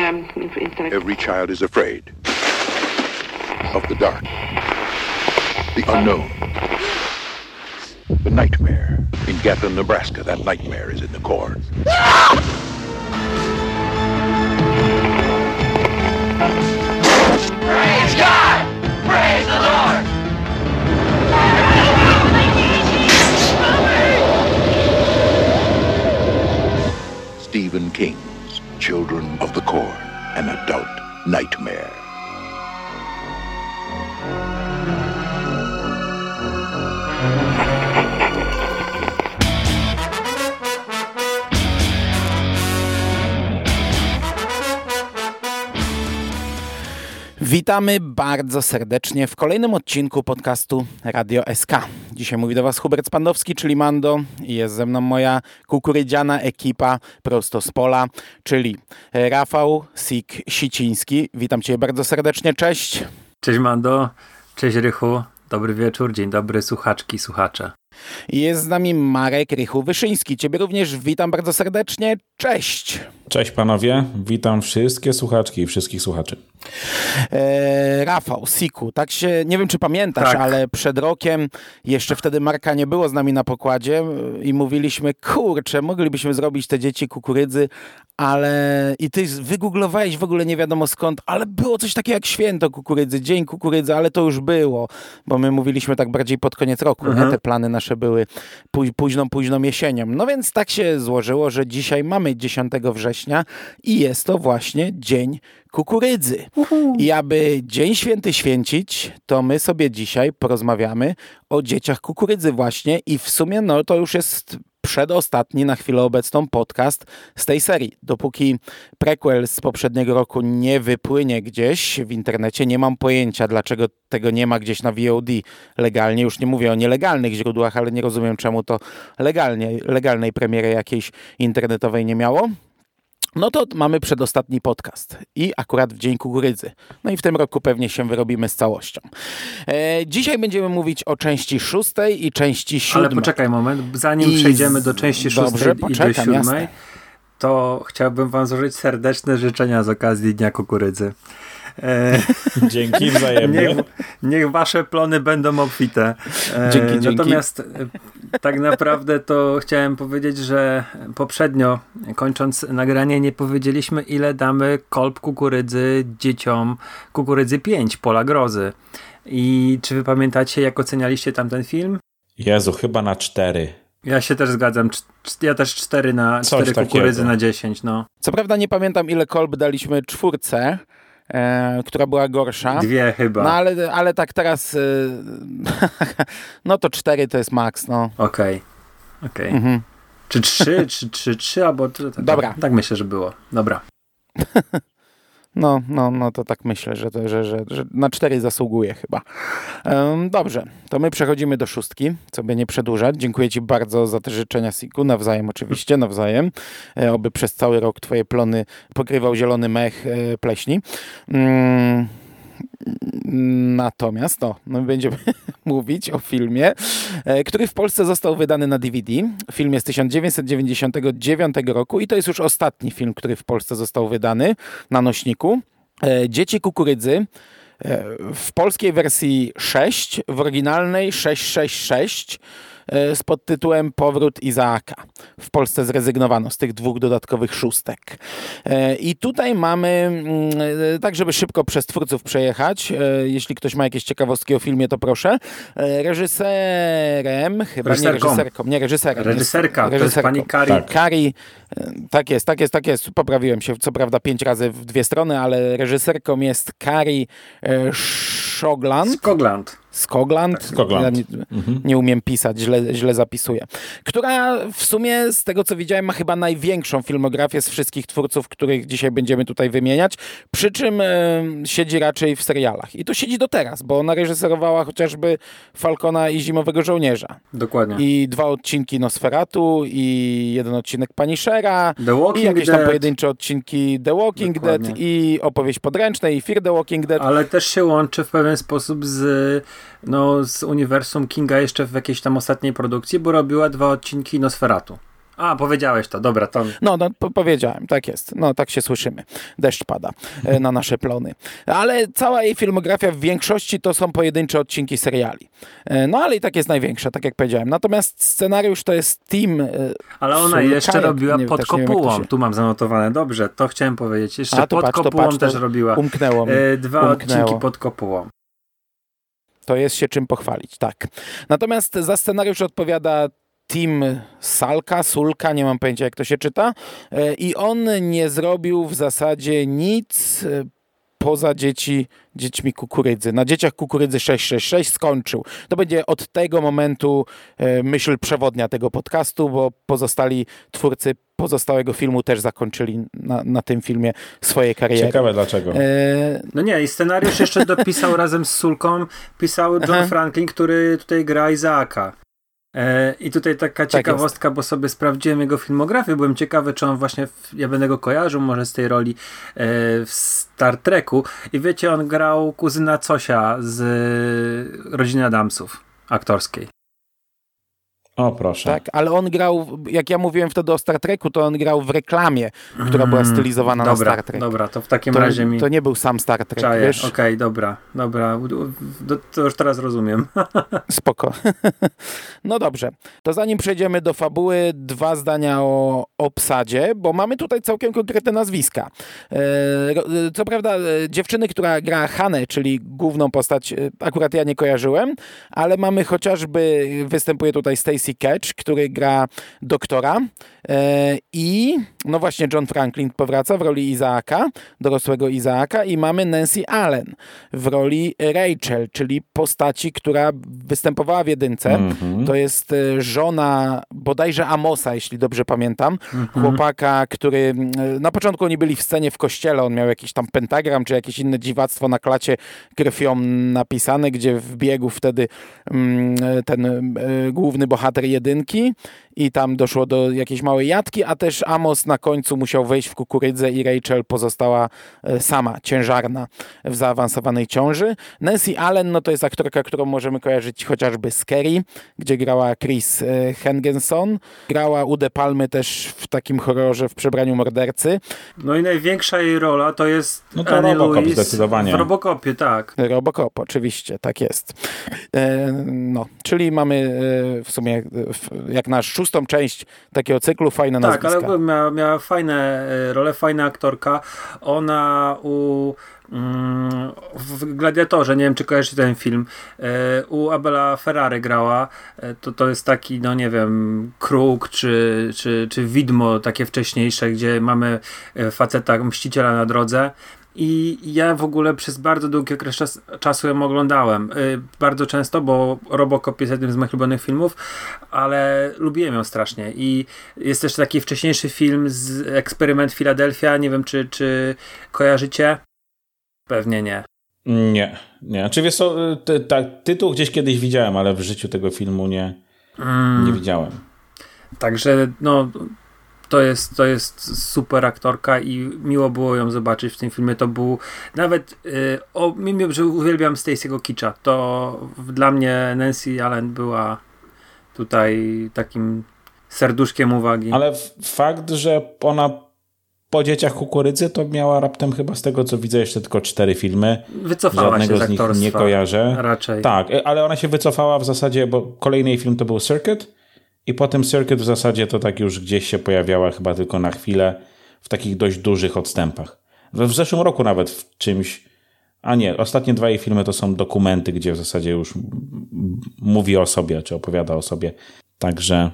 Every child is afraid of the dark, the unknown, the nightmare. In Gatlin, Nebraska, that nightmare is in the corn. Praise God! Praise the Lord! Stephen King's Children of the Corn, an adult nightmare. Witamy bardzo serdecznie w kolejnym odcinku podcastu Radio SK. Dzisiaj mówi do Was Hubert Spandowski, czyli Mando, i jest ze mną moja kukurydziana ekipa prosto z pola, czyli Rafał Sik-Siciński. Witam Cię bardzo serdecznie, cześć. Cześć Mando, cześć Rychu, dobry wieczór, dzień dobry słuchaczki, słuchacze. I jest z nami Marek Rychu-Wyszyński. Ciebie również witam bardzo serdecznie, cześć. Cześć panowie, witam wszystkie słuchaczki i wszystkich słuchaczy. Rafał, Siku, tak się, nie wiem czy pamiętasz, tak, ale przed rokiem jeszcze wtedy Marka nie było z nami na pokładzie i mówiliśmy, kurczę, moglibyśmy zrobić te dzieci kukurydzy, ale i ty wygooglowałeś w ogóle nie wiadomo skąd, ale było coś takiego jak święto kukurydzy, dzień kukurydzy, ale to już było, bo my mówiliśmy tak bardziej pod koniec roku, nie? Te plany nasze były późną jesienią. No więc tak się złożyło, że dzisiaj mamy 10 września i jest to właśnie dzień kukurydzy. I aby Dzień Święty święcić, to my sobie dzisiaj porozmawiamy o dzieciach kukurydzy właśnie i w sumie no to już jest przedostatni na chwilę obecną podcast z tej serii. Dopóki prequel z poprzedniego roku nie wypłynie gdzieś w internecie, nie mam pojęcia, dlaczego tego nie ma gdzieś na VOD legalnie. Już nie mówię o nielegalnych źródłach, ale nie rozumiem, czemu to legalnej premiery jakiejś internetowej nie miało. No to mamy przedostatni podcast i akurat w Dzień Kukurydzy. No i w tym roku pewnie się wyrobimy z całością. Dzisiaj będziemy mówić o części 6 i części 7. Ale poczekaj moment, zanim przejdziemy do części 6 i do 7, jasne, to chciałbym wam złożyć serdeczne życzenia z okazji Dnia Kukurydzy. Dzięki, wzajemnie. Niech wasze plony będą obfite. Dzięki. Natomiast tak naprawdę to chciałem powiedzieć, że poprzednio, kończąc nagranie, nie powiedzieliśmy, ile damy kolb kukurydzy dzieciom Kukurydzy 5, Pola Grozy. I czy wy pamiętacie, jak ocenialiście tamten film? Jezu, chyba na 4. Ja się też zgadzam. Ja też 4 kukurydzy na 10. No. Co prawda nie pamiętam, ile kolb daliśmy 4, która była gorsza. 2 chyba. No ale tak teraz no to 4 to jest maks, no. Okej. Czy 3, czy 3, albo... Dobra. Tak myślę, że było. Dobra. No to tak myślę, że na 4 zasługuje chyba. Dobrze, to my przechodzimy do 6, co by nie przedłużać. Dziękuję Ci bardzo za te życzenia, Siku, nawzajem oczywiście, nawzajem. Oby przez cały rok Twoje plony pokrywał zielony mech pleśni. Natomiast my będziemy mówić o filmie, który w Polsce został wydany na DVD. Film jest z 1999 roku i to jest już ostatni film, który w Polsce został wydany na nośniku. Dzieci kukurydzy, w polskiej wersji 6, w oryginalnej 666 z podtytułem Powrót Izaaka. W Polsce zrezygnowano z tych 2 dodatkowych 6. I tutaj mamy, tak żeby szybko przez twórców przejechać, jeśli ktoś ma jakieś ciekawostki o filmie, to proszę. Reżyserem, chyba nie reżyserką. Reżyserka, to jest pani Kari. Tak. Kari, tak jest, poprawiłem się, co prawda 5 razy w 2 strony, ale reżyserką jest Kari Skogland. Ja nie umiem pisać, źle zapisuję. Która w sumie, z tego co widziałem, ma chyba największą filmografię z wszystkich twórców, których dzisiaj będziemy tutaj wymieniać. Przy czym siedzi raczej w serialach. I to siedzi do teraz, bo ona reżyserowała chociażby Falcona i Zimowego Żołnierza. Dokładnie. I 2 odcinki Nosferatu i 1 odcinek Punishera. I jakieś tam pojedyncze odcinki The Walking Dead i Opowieść podręcznej i Fear the Walking Dead. Ale też się łączy w pewien sposób z uniwersum Kinga jeszcze w jakiejś tam ostatniej produkcji, bo robiła 2 odcinki Nosferatu. A, powiedziałeś to, dobra, to... No, powiedziałem, tak jest. No, tak się słyszymy. Deszcz pada na nasze plony. Ale cała jej filmografia w większości to są pojedyncze odcinki seriali. No, ale i tak jest największa, tak jak powiedziałem. Natomiast scenariusz to jest team... Ale ona jeszcze robiła Pod kopułą. Tu mam zanotowane. Dobrze, to chciałem powiedzieć. Jeszcze Pod kopułą też robiła. Umknęło mi. 2 odcinki Pod kopułą. To jest się czym pochwalić, tak. Natomiast za scenariusz odpowiada Tim Sulka, nie mam pojęcia jak to się czyta. I on nie zrobił w zasadzie nic poza dziećmi kukurydzy. Na Dzieciach kukurydzy 666 skończył. To będzie od tego momentu myśl przewodnia tego podcastu, bo pozostali twórcy pozostałego filmu też zakończyli na tym filmie swoje kariery. Ciekawe dlaczego. No nie, i scenariusz jeszcze dopisał razem z Sulką, pisał John Franklin, który tutaj gra Izaaka. I tutaj taka ciekawostka, bo sobie sprawdziłem jego filmografię, byłem ciekawy, czy on właśnie, ja będę go kojarzył może z tej roli w Star Treku i wiecie, on grał kuzyna Cosia z Rodziny Adamsów aktorskiej. O, proszę. Tak, ale on grał, jak ja mówiłem wtedy o Star Treku, to on grał w reklamie, która była stylizowana na Star Trek. Dobra, to w takim razie mi... To nie był sam Star Trek, wiesz? Okej, dobra. To już teraz rozumiem. Spoko. No dobrze. To zanim przejdziemy do fabuły, 2 zdania o obsadzie, bo mamy tutaj całkiem konkretne nazwiska. Co prawda dziewczyny, która gra Hanę, czyli główną postać, akurat ja nie kojarzyłem, ale mamy chociażby, występuje tutaj Stacy Ketch, który gra doktora i no właśnie John Franklin powraca w roli Izaaka, dorosłego Izaaka i mamy Nancy Allen w roli Rachel, czyli postaci, która występowała w jedynce. To jest żona bodajże Amosa, jeśli dobrze pamiętam. Chłopaka, który na początku oni byli w scenie w kościele, on miał jakiś tam pentagram, czy jakieś inne dziwactwo na klacie krwią napisane, gdzie wbiegł wtedy ten główny bohater jedynki i tam doszło do jakiejś małej jatki, a też Amos na końcu musiał wejść w kukurydzę i Rachel pozostała sama, ciężarna, w zaawansowanej ciąży. Nancy Allen, no to jest aktorka, którą możemy kojarzyć chociażby z Carrie, gdzie grała Chris Hengenson. Grała u De Palmy też w takim horrorze w Przebraniu mordercy. No i największa jej rola to jest to Annie Robocop Lewis zdecydowanie. w Robocopie, tak. Robocop, oczywiście, tak jest. No, czyli mamy w sumie jak na 6. część takiego cyklu fajne nazwiska. Tak, ale miała fajne role, fajna aktorka. Ona w Gladiatorze, nie wiem czy kojarzycie ten film, u Abela Ferrary grała. To jest taki, no nie wiem, Kruk czy Widmo takie wcześniejsze, gdzie mamy faceta mściciela na drodze. I ja w ogóle przez bardzo długi okres czasu ją oglądałem. Bardzo często, bo Robocop jest jednym z moich ulubionych filmów, ale lubiłem ją strasznie. I jest też taki wcześniejszy film z Eksperyment Philadelphia. Nie wiem, czy kojarzycie? Pewnie nie. Nie. Czy wiesz co, tytuł gdzieś kiedyś widziałem, ale w życiu tego filmu nie widziałem. Także no... To jest super aktorka i miło było ją zobaczyć w tym filmie. To był nawet, mimo że uwielbiam Stacy'ego Ketcha, to dla mnie Nancy Allen była tutaj takim serduszkiem uwagi. Ale fakt, że ona po Dzieciach kukurydzy to miała raptem chyba z tego co widzę jeszcze tylko 4 filmy. Wycofała żadnego się z aktorstwa. Z nich nie kojarzę. Raczej. Tak, ale ona się wycofała w zasadzie, bo kolejny jej film to był Circuit. I potem Circuit w zasadzie to tak już gdzieś się pojawiała chyba tylko na chwilę w takich dość dużych odstępach. W zeszłym roku nawet w czymś, a nie, ostatnie 2 jej filmy to są dokumenty, gdzie w zasadzie już mówi o sobie, czy opowiada o sobie. Także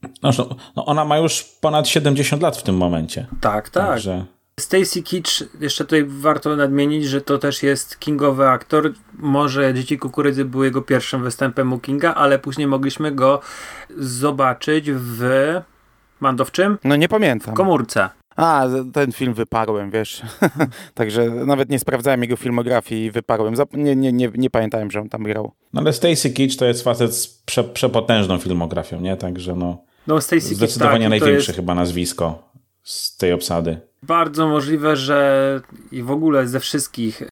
ona ma już ponad 70 lat w tym momencie. Tak. Także... Stacy Ketch, jeszcze tutaj warto nadmienić, że to też jest kingowy aktor. Może Dzieci kukurydzy były jego pierwszym występem u Kinga, ale później mogliśmy go zobaczyć w... Mando w czym? No nie pamiętam. W Komórce. A, ten film wyparłem, wiesz. Także nawet nie sprawdzałem jego filmografii i wyparłem. Nie pamiętałem, że on tam grał. No ale Stacy Ketch to jest facet z przepotężną filmografią, nie? Także no Stacy Ketch, zdecydowanie tak, największe chyba nazwisko z tej obsady. Bardzo możliwe, że i w ogóle ze wszystkich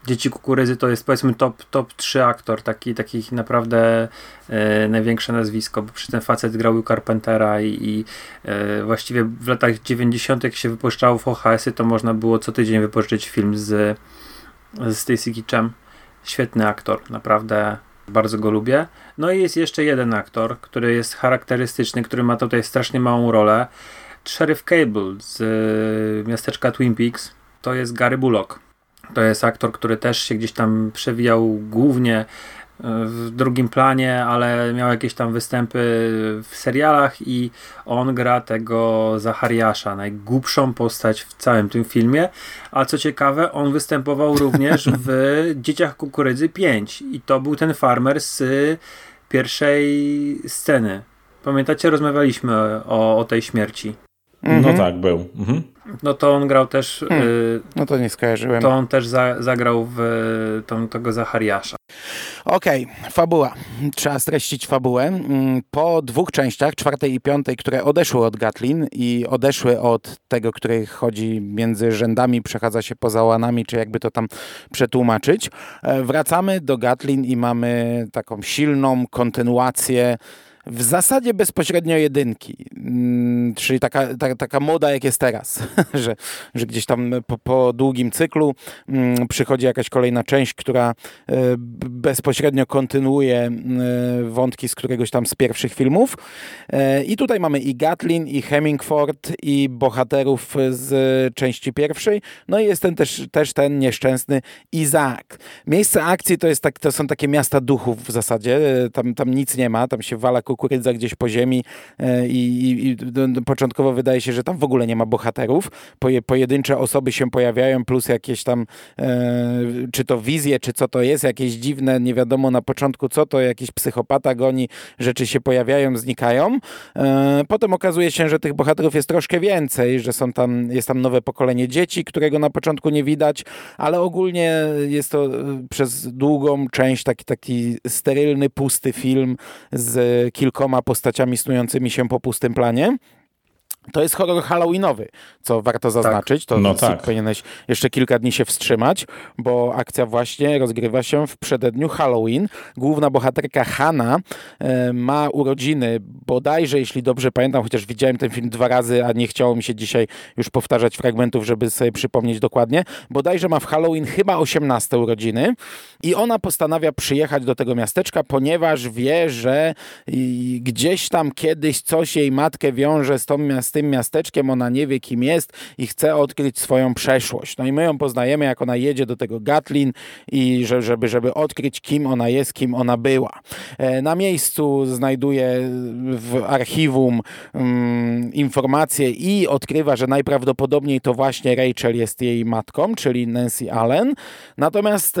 Dzieci Kukurydzy to jest powiedzmy top 3 aktor, takich naprawdę największe nazwisko, bo przy ten facet grał Carpentera i właściwie w latach 90. jak się wypuszczało w VHS-y, to można było co tydzień wypożyczyć film z Stacy Keachem. Świetny aktor, naprawdę bardzo go lubię. No i jest jeszcze jeden aktor, który jest charakterystyczny, który ma tutaj strasznie małą rolę. Sheriff Cable z miasteczka Twin Peaks, to jest Gary Bullock. To jest aktor, który też się gdzieś tam przewijał głównie w drugim planie, ale miał jakieś tam występy w serialach i on gra tego Zachariasza, najgłupszą postać w całym tym filmie, a co ciekawe, on występował również w Dzieciach Kukurydzy 5 i to był ten farmer z pierwszej sceny. Pamiętacie, rozmawialiśmy o tej śmierci. No tak, był. No to on grał też... No to nie skojarzyłem. To on też zagrał w tego Zachariasza. Okej, fabuła. Trzeba streścić fabułę. Po 2 częściach, 4. i 5., które odeszły od Gatlin i odeszły od tego, który chodzi między rzędami, przechadza się poza łanami, czy jakby to tam przetłumaczyć, wracamy do Gatlin i mamy taką silną kontynuację w zasadzie bezpośrednio 1, czyli taka moda jak jest teraz, że gdzieś tam po długim cyklu przychodzi jakaś kolejna część, która bezpośrednio kontynuuje wątki z któregoś tam z pierwszych filmów. I tutaj mamy i Gatlin, i Hemingford, i bohaterów z części pierwszej. No i jest też ten nieszczęsny Izaak. Miejsce akcji to są takie miasta duchów w zasadzie. Tam nic nie ma, tam się wala kukurydza gdzieś po ziemi i początkowo wydaje się, że tam w ogóle nie ma bohaterów. Pojedyncze osoby się pojawiają, plus jakieś tam czy to wizje, czy co to jest, jakieś dziwne, nie wiadomo na początku co to, jakiś psychopata goni, rzeczy się pojawiają, znikają. Potem okazuje się, że tych bohaterów jest troszkę więcej, że jest tam nowe pokolenie dzieci, którego na początku nie widać, ale ogólnie jest to przez długą część taki sterylny, pusty film z kilkoma postaciami snującymi się po pustym planie. To jest horror halloweenowy, co warto zaznaczyć. To powinieneś jeszcze kilka dni się wstrzymać, bo akcja właśnie rozgrywa się w przededniu Halloween. Główna bohaterka Hannah ma urodziny, bodajże, jeśli dobrze pamiętam, chociaż widziałem ten film 2 razy, a nie chciało mi się dzisiaj już powtarzać fragmentów, żeby sobie przypomnieć dokładnie. Bodajże ma w Halloween chyba 18 urodziny i ona postanawia przyjechać do tego miasteczka, ponieważ wie, że gdzieś tam kiedyś coś jej matkę wiąże z tym miasteczkiem, ona nie wie kim jest i chce odkryć swoją przeszłość. No i my ją poznajemy, jak ona jedzie do tego Gatlin i żeby odkryć kim ona jest, kim ona była. Na miejscu znajduje w archiwum informacje i odkrywa, że najprawdopodobniej to właśnie Rachel jest jej matką, czyli Nancy Allen. Natomiast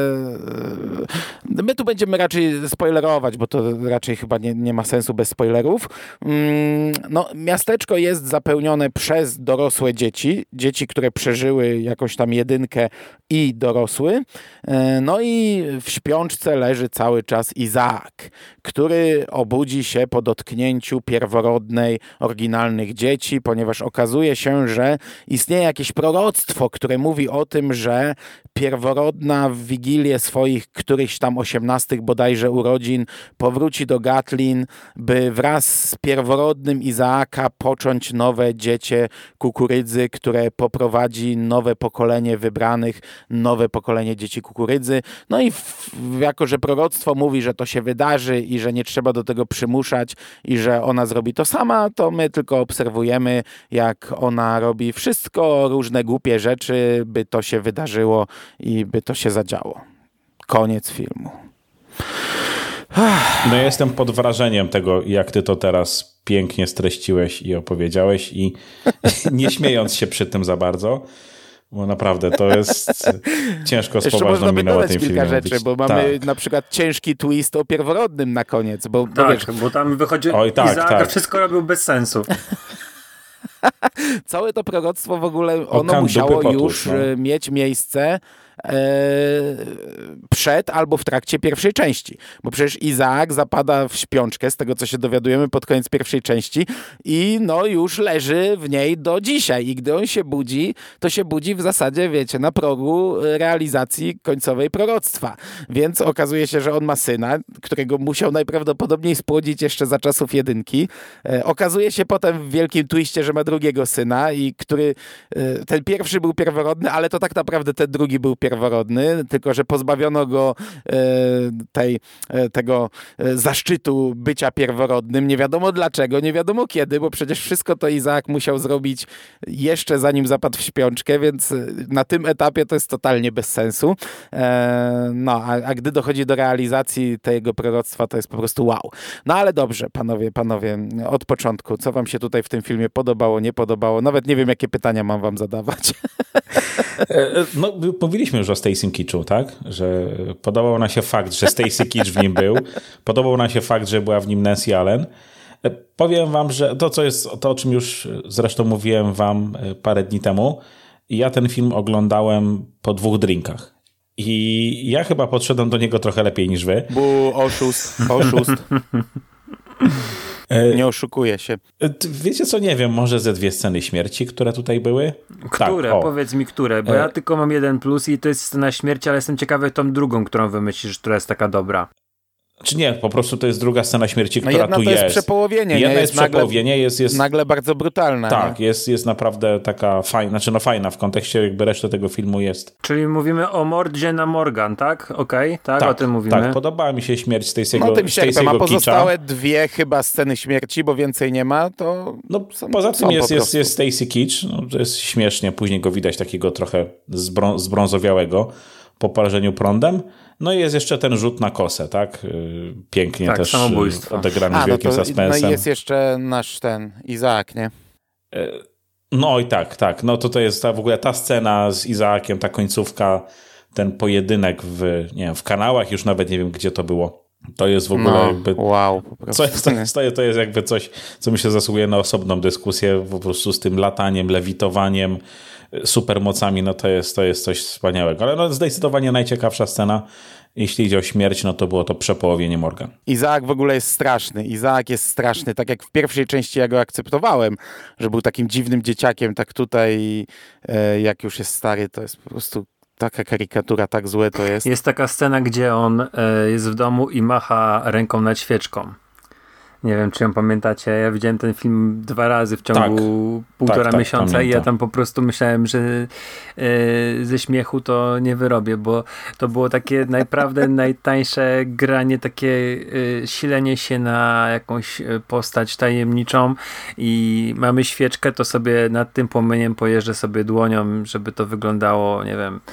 my tu będziemy raczej spoilerować, bo to raczej chyba nie ma sensu bez spoilerów. No, miasteczko jest zapełnione przez dorosłe dzieci, które przeżyły jakąś tam 1 i dorosły. No i w śpiączce leży cały czas Izaak, który obudzi się po dotknięciu pierworodnej, oryginalnych dzieci, ponieważ okazuje się, że istnieje jakieś proroctwo, które mówi o tym, że pierworodna w Wigilię swoich którychś tam 18 bodajże urodzin powróci do Gatlin, by wraz z pierworodnym Izaaka począć nowe dziecię kukurydzy, które poprowadzi nowe pokolenie wybranych, nowe pokolenie dzieci kukurydzy. No i jako, że proroctwo mówi, że to się wydarzy i że nie trzeba do tego przymuszać i że ona zrobi to sama, to my tylko obserwujemy, jak ona robi wszystko, różne głupie rzeczy, by to się wydarzyło i by to się zadziało. Koniec filmu. No ja jestem pod wrażeniem tego, jak ty to teraz pięknie streściłeś i opowiedziałeś i nie śmiejąc się przy tym za bardzo, bo naprawdę to jest ciężko z poważną miną o tym filmie kilka rzeczy, mówić. Bo mamy na przykład ciężki twist o pierworodnym na koniec. Bo tam wychodzi Izaak, wszystko robił bez sensu. Całe to proroctwo w ogóle, ono musiało już mieć miejsce przed albo w trakcie pierwszej części. Bo przecież Izaak zapada w śpiączkę, z tego co się dowiadujemy pod koniec pierwszej części i no już leży w niej do dzisiaj. I gdy on się budzi, to się budzi w zasadzie, wiecie, na progu realizacji końcowej proroctwa. Więc okazuje się, że on ma syna, którego musiał najprawdopodobniej spłodzić jeszcze za czasów jedynki. Okazuje się potem w wielkim twiście, że ma drugiego syna i który, ten pierwszy był pierworodny, ale to tak naprawdę ten drugi był pierworodny, tylko że pozbawiono go tego zaszczytu bycia pierworodnym. Nie wiadomo dlaczego, nie wiadomo kiedy, bo przecież wszystko to Izaak musiał zrobić jeszcze zanim zapadł w śpiączkę, więc na tym etapie to jest totalnie bez sensu. No, a gdy dochodzi do realizacji tego proroctwa, to jest po prostu wow. No ale dobrze, panowie, od początku, co wam się tutaj w tym filmie podobało, nie podobało? Nawet nie wiem, jakie pytania mam wam zadawać. No, mówiliśmy już o Stacy Kitchu, tak? Że podobał nam się fakt, że Stacy Kitch w nim był. Podobał nam się fakt, że była w nim Nancy Allen. Powiem wam, że to, o czym już zresztą mówiłem wam parę dni temu, ja ten film oglądałem po 2 drinkach. I ja chyba podszedłem do niego trochę lepiej niż wy. Oszust. Nie oszukuje się. Wiecie co, nie wiem, może ze 2 sceny śmierci, które tutaj były? Które? Tak, powiedz mi, które, bo ja tylko mam 1 plus i to jest scena śmierci, ale jestem ciekawy tą drugą, którą wymyślisz, która jest taka dobra. Czy nie, po prostu to jest druga scena śmierci, która jedna tu to jest przepołowienie. Jedna jest przepołowienie, jest nagle bardzo brutalna. Tak, jest naprawdę taka fajna, fajna w kontekście jakby reszty tego filmu jest. Czyli mówimy o mordzie na Morgan, tak? Okej, tak, o tym mówimy. Tak, podobała mi się śmierć Stacy'ego No tym sierpem, a pozostałe 2 chyba sceny śmierci, bo więcej nie ma, to... No poza tym jest Stacy Kitch, no, to jest śmiesznie, później go widać takiego trochę zbrązowiałego po parzeniu prądem. No i jest jeszcze ten rzut na kosę, tak? Pięknie tak, też odegrany wielkim suspensem. No i jest jeszcze nasz Izaak, nie? No i tak. No to jest w ogóle ta scena z Izaakiem, ta końcówka, ten pojedynek w kanałach, już nawet nie wiem, gdzie to było. To jest w ogóle jakby... Wow, po prostu. To jest jakby coś, co myślę zasługuje na osobną dyskusję, po prostu z tym lataniem, lewitowaniem, supermocami, no to jest coś wspaniałego. Ale no zdecydowanie najciekawsza scena, jeśli idzie o śmierć, no to było to przepołowienie Morgan. Izaak w ogóle jest straszny. Izaak jest straszny. Tak jak w pierwszej części ja go akceptowałem, że był takim dziwnym dzieciakiem, tak tutaj jak już jest stary, to jest po prostu taka karykatura, tak złe to jest. Jest taka scena, gdzie on jest w domu i macha ręką nad świeczką. Nie wiem, czy ją pamiętacie. Ja widziałem ten film 2 razy w ciągu półtora miesiąca pamiętam. I ja tam po prostu myślałem, że ze śmiechu to nie wyrobię, bo to było takie naprawdę najtańsze granie, takie silenie się na jakąś postać tajemniczą i mamy świeczkę, to sobie nad tym płomieniem pojeżdżę sobie dłonią, żeby to wyglądało, nie wiem,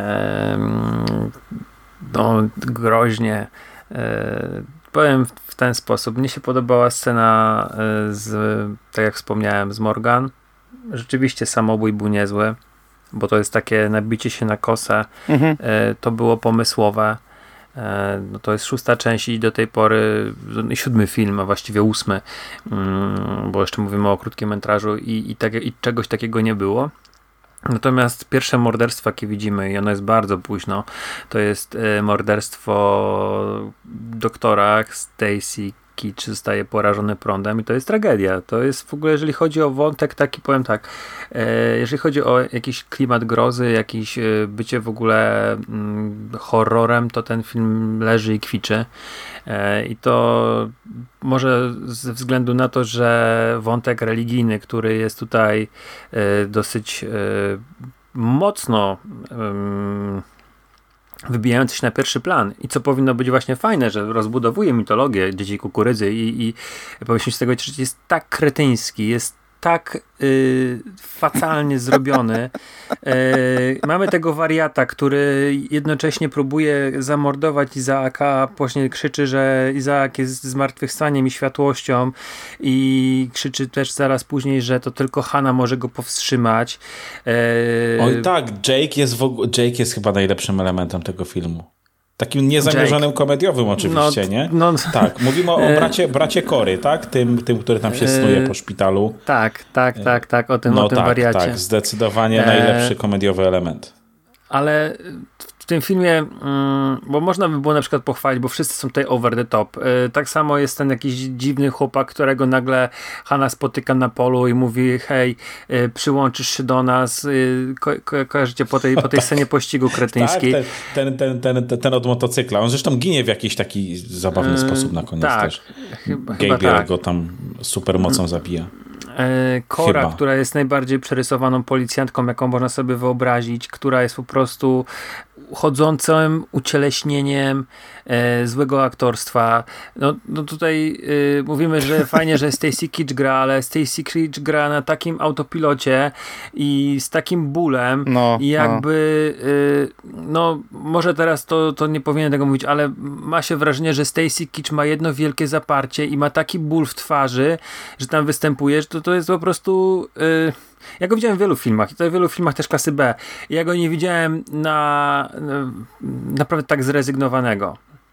no, groźnie. Powiem w ten sposób. Mnie się podobała scena tak jak wspomniałem, z Morgan. Rzeczywiście samobój był niezły, bo to jest takie nabicie się na kosę. To było pomysłowe. No to jest 6. część i do tej pory 7. film, a właściwie 8, bo jeszcze mówimy o krótkim metrażu i czegoś takiego nie było. Natomiast pierwsze morderstwo, jakie widzimy, i ono jest bardzo późno, to jest morderstwo doktora. Stacy Kitch zostaje porażony prądem i to jest tragedia. To jest w ogóle, jeżeli chodzi o wątek taki, powiem tak, jeżeli chodzi o jakiś klimat grozy, jakieś bycie w ogóle horrorem, to ten film leży i kwiczy. I to może ze względu na to, że wątek religijny, który jest tutaj dosyć mocno wybijający się na pierwszy plan i co powinno być właśnie fajne, że rozbudowuje mitologię Dzieci Kukurydzy i pomyśleć z tego, że jest tak kretyński, jest tak facalnie zrobiony. Mamy tego wariata, który jednocześnie próbuje zamordować Izaaka, a później krzyczy, że Izaak jest zmartwychwstaniem i światłością i krzyczy też zaraz później, że to tylko Hana może go powstrzymać. Oj tak, Jake jest chyba najlepszym elementem tego filmu. Takim niezamierzonym komediowym oczywiście, nie? No, tak, mówimy o bracie Cory, tak? Tym, który tam się snuje po szpitalu. Tak, o tym wariacie. Tak, zdecydowanie najlepszy komediowy element. ale w tym filmie, bo można by było na przykład pochwalić, bo wszyscy są tutaj over the top. Tak samo jest ten jakiś dziwny chłopak, którego nagle Hanna spotyka na polu i mówi, hej, przyłączysz się do nas, kojarzycie po tej scenie pościgu kretyńskiej. Tak, ten od motocykla. On zresztą ginie w jakiś taki zabawny sposób na koniec tak, też. Chyba Gabriel tak. go tam supermocą zabija. Cora, Chyba. która jest najbardziej przerysowaną policjantką, jaką można sobie wyobrazić, która jest po prostu chodzącym ucieleśnieniem złego aktorstwa. No tutaj mówimy, że fajnie, że Stacy Keach gra, ale Stacy Keach gra na takim autopilocie i z takim bólem i jakby może teraz to nie powinienem tego mówić, ale ma się wrażenie, że Stacy Keach ma jedno wielkie zaparcie i ma taki ból w twarzy, że tam występuje, że to jest po prostu ja go widziałem w wielu filmach i to w wielu filmach też klasy B. Ja go nie widziałem naprawdę tak zrezygnowanego.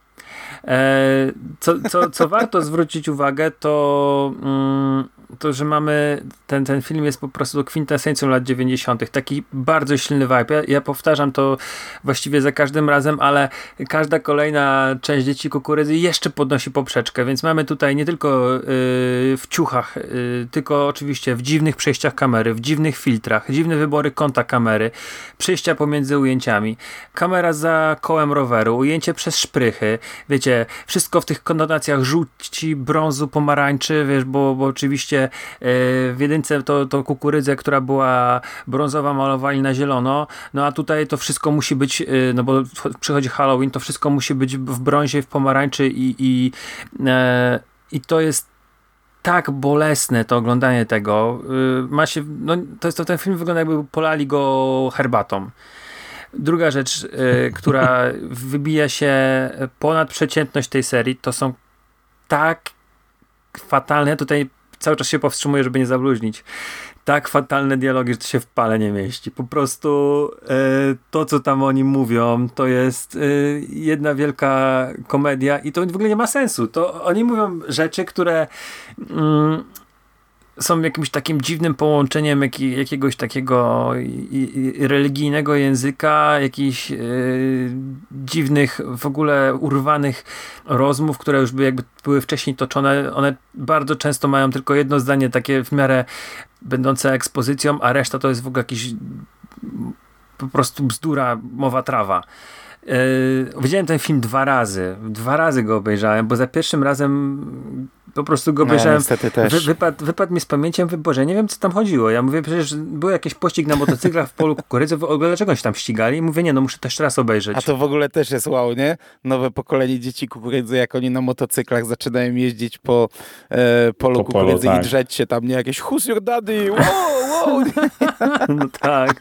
Co warto zwrócić uwagę, to że mamy ten film jest po prostu kwintesencją lat 90. Taki bardzo silny vibe. Ja powtarzam to właściwie za każdym razem, ale każda kolejna część Dzieci Kukurydzy jeszcze podnosi poprzeczkę, więc mamy tutaj nie tylko w ciuchach, tylko oczywiście w dziwnych przejściach kamery, w dziwnych filtrach, dziwne wybory kąta kamery, przejścia pomiędzy ujęciami, kamera za kołem roweru, ujęcie przez szprychy, wiecie, wszystko w tych konotacjach żółci, brązu, pomarańczy, wiesz, bo oczywiście w jedynce to kukurydzę, która była brązowa, malowali na zielono, no a tutaj to wszystko musi być, no bo przychodzi Halloween, to wszystko musi być w brązie, w pomarańczy i to jest tak bolesne to oglądanie tego. Ten film wygląda, jakby polali go herbatą. Druga rzecz, która wybija się ponad przeciętność tej serii, to są tak fatalne, tutaj cały czas się powstrzymuję, żeby nie zabluźnić, tak fatalne dialogi, że to się w pale nie mieści. Po prostu to, co tam oni mówią, to jest jedna wielka komedia i to w ogóle nie ma sensu. To oni mówią rzeczy, które są jakimś takim dziwnym połączeniem jakiegoś takiego religijnego języka, jakichś dziwnych, w ogóle urwanych rozmów, które już jakby były wcześniej toczone. One bardzo często mają tylko jedno zdanie, takie w miarę będące ekspozycją, a reszta to jest w ogóle jakiś po prostu bzdura, mowa trawa. Widziałem ten film 2 razy. 2 razy go obejrzałem, bo za pierwszym razem po prostu go obejrzałem. Niestety też. Wypadł mi z pamięci, mówię, Boże, nie wiem, co tam chodziło. Ja mówię, przecież był jakiś pościg na motocyklach w polu kukurydzy, w ogóle dlaczego oni tam ścigali? I mówię, nie, no muszę też raz obejrzeć. A to w ogóle też jest wow, nie? Nowe pokolenie Dzieci Kukurydzy, jak oni na motocyklach zaczynają jeździć po polu kukurydzy tak. i drzeć się tam, nie? Jakieś who's your daddy? Wow! No tak.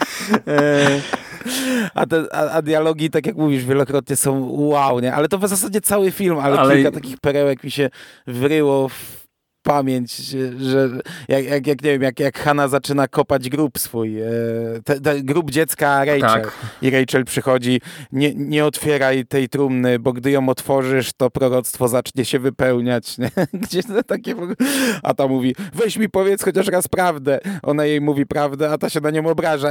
A dialogi, tak jak mówisz, wielokrotnie są wow, nie? Ale to w zasadzie cały film, ale kilka takich perełek mi się wryło w pamięć, że jak nie wiem, jak Hanna zaczyna kopać grób swój, grób dziecka Rachel. Tak. I Rachel przychodzi, nie otwieraj tej trumny, bo gdy ją otworzysz, to proroctwo zacznie się wypełniać, nie? Gdzieś takie, a ta mówi, weź mi powiedz chociaż raz prawdę. Ona jej mówi prawdę, a ta się na nią obraża.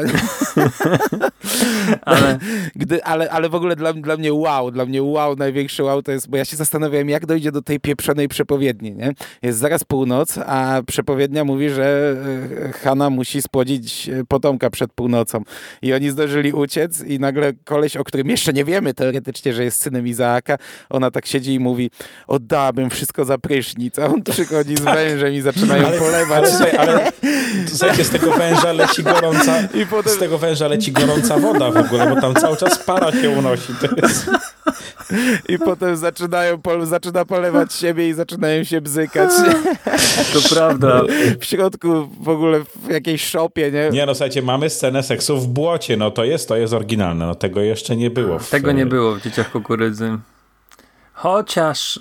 Ale w ogóle dla mnie wow, największy wow to jest, bo ja się zastanawiałem, jak dojdzie do tej pieprzonej przepowiedni, nie? Jest zaraz północ, a przepowiednia mówi, że Hanna musi spłodzić potomka przed północą. I oni zdążyli uciec i nagle koleś, o którym jeszcze nie wiemy teoretycznie, że jest synem Izaaka, ona tak siedzi i mówi, oddałabym wszystko za prysznic, a on przychodzi z wężem i zaczynają polewać. Ale słuchajcie, z tego węża leci gorąca woda w ogóle, bo tam cały czas para się unosi. To jest... I potem zaczyna polewać siebie i zaczynają się bzykać. To prawda. W środku w ogóle w jakiejś szopie, nie? Nie, no słuchajcie, mamy scenę seksu w błocie, no to jest oryginalne, no tego jeszcze nie było. Tego nie było w Dzieciach Kukurydzy. Chociaż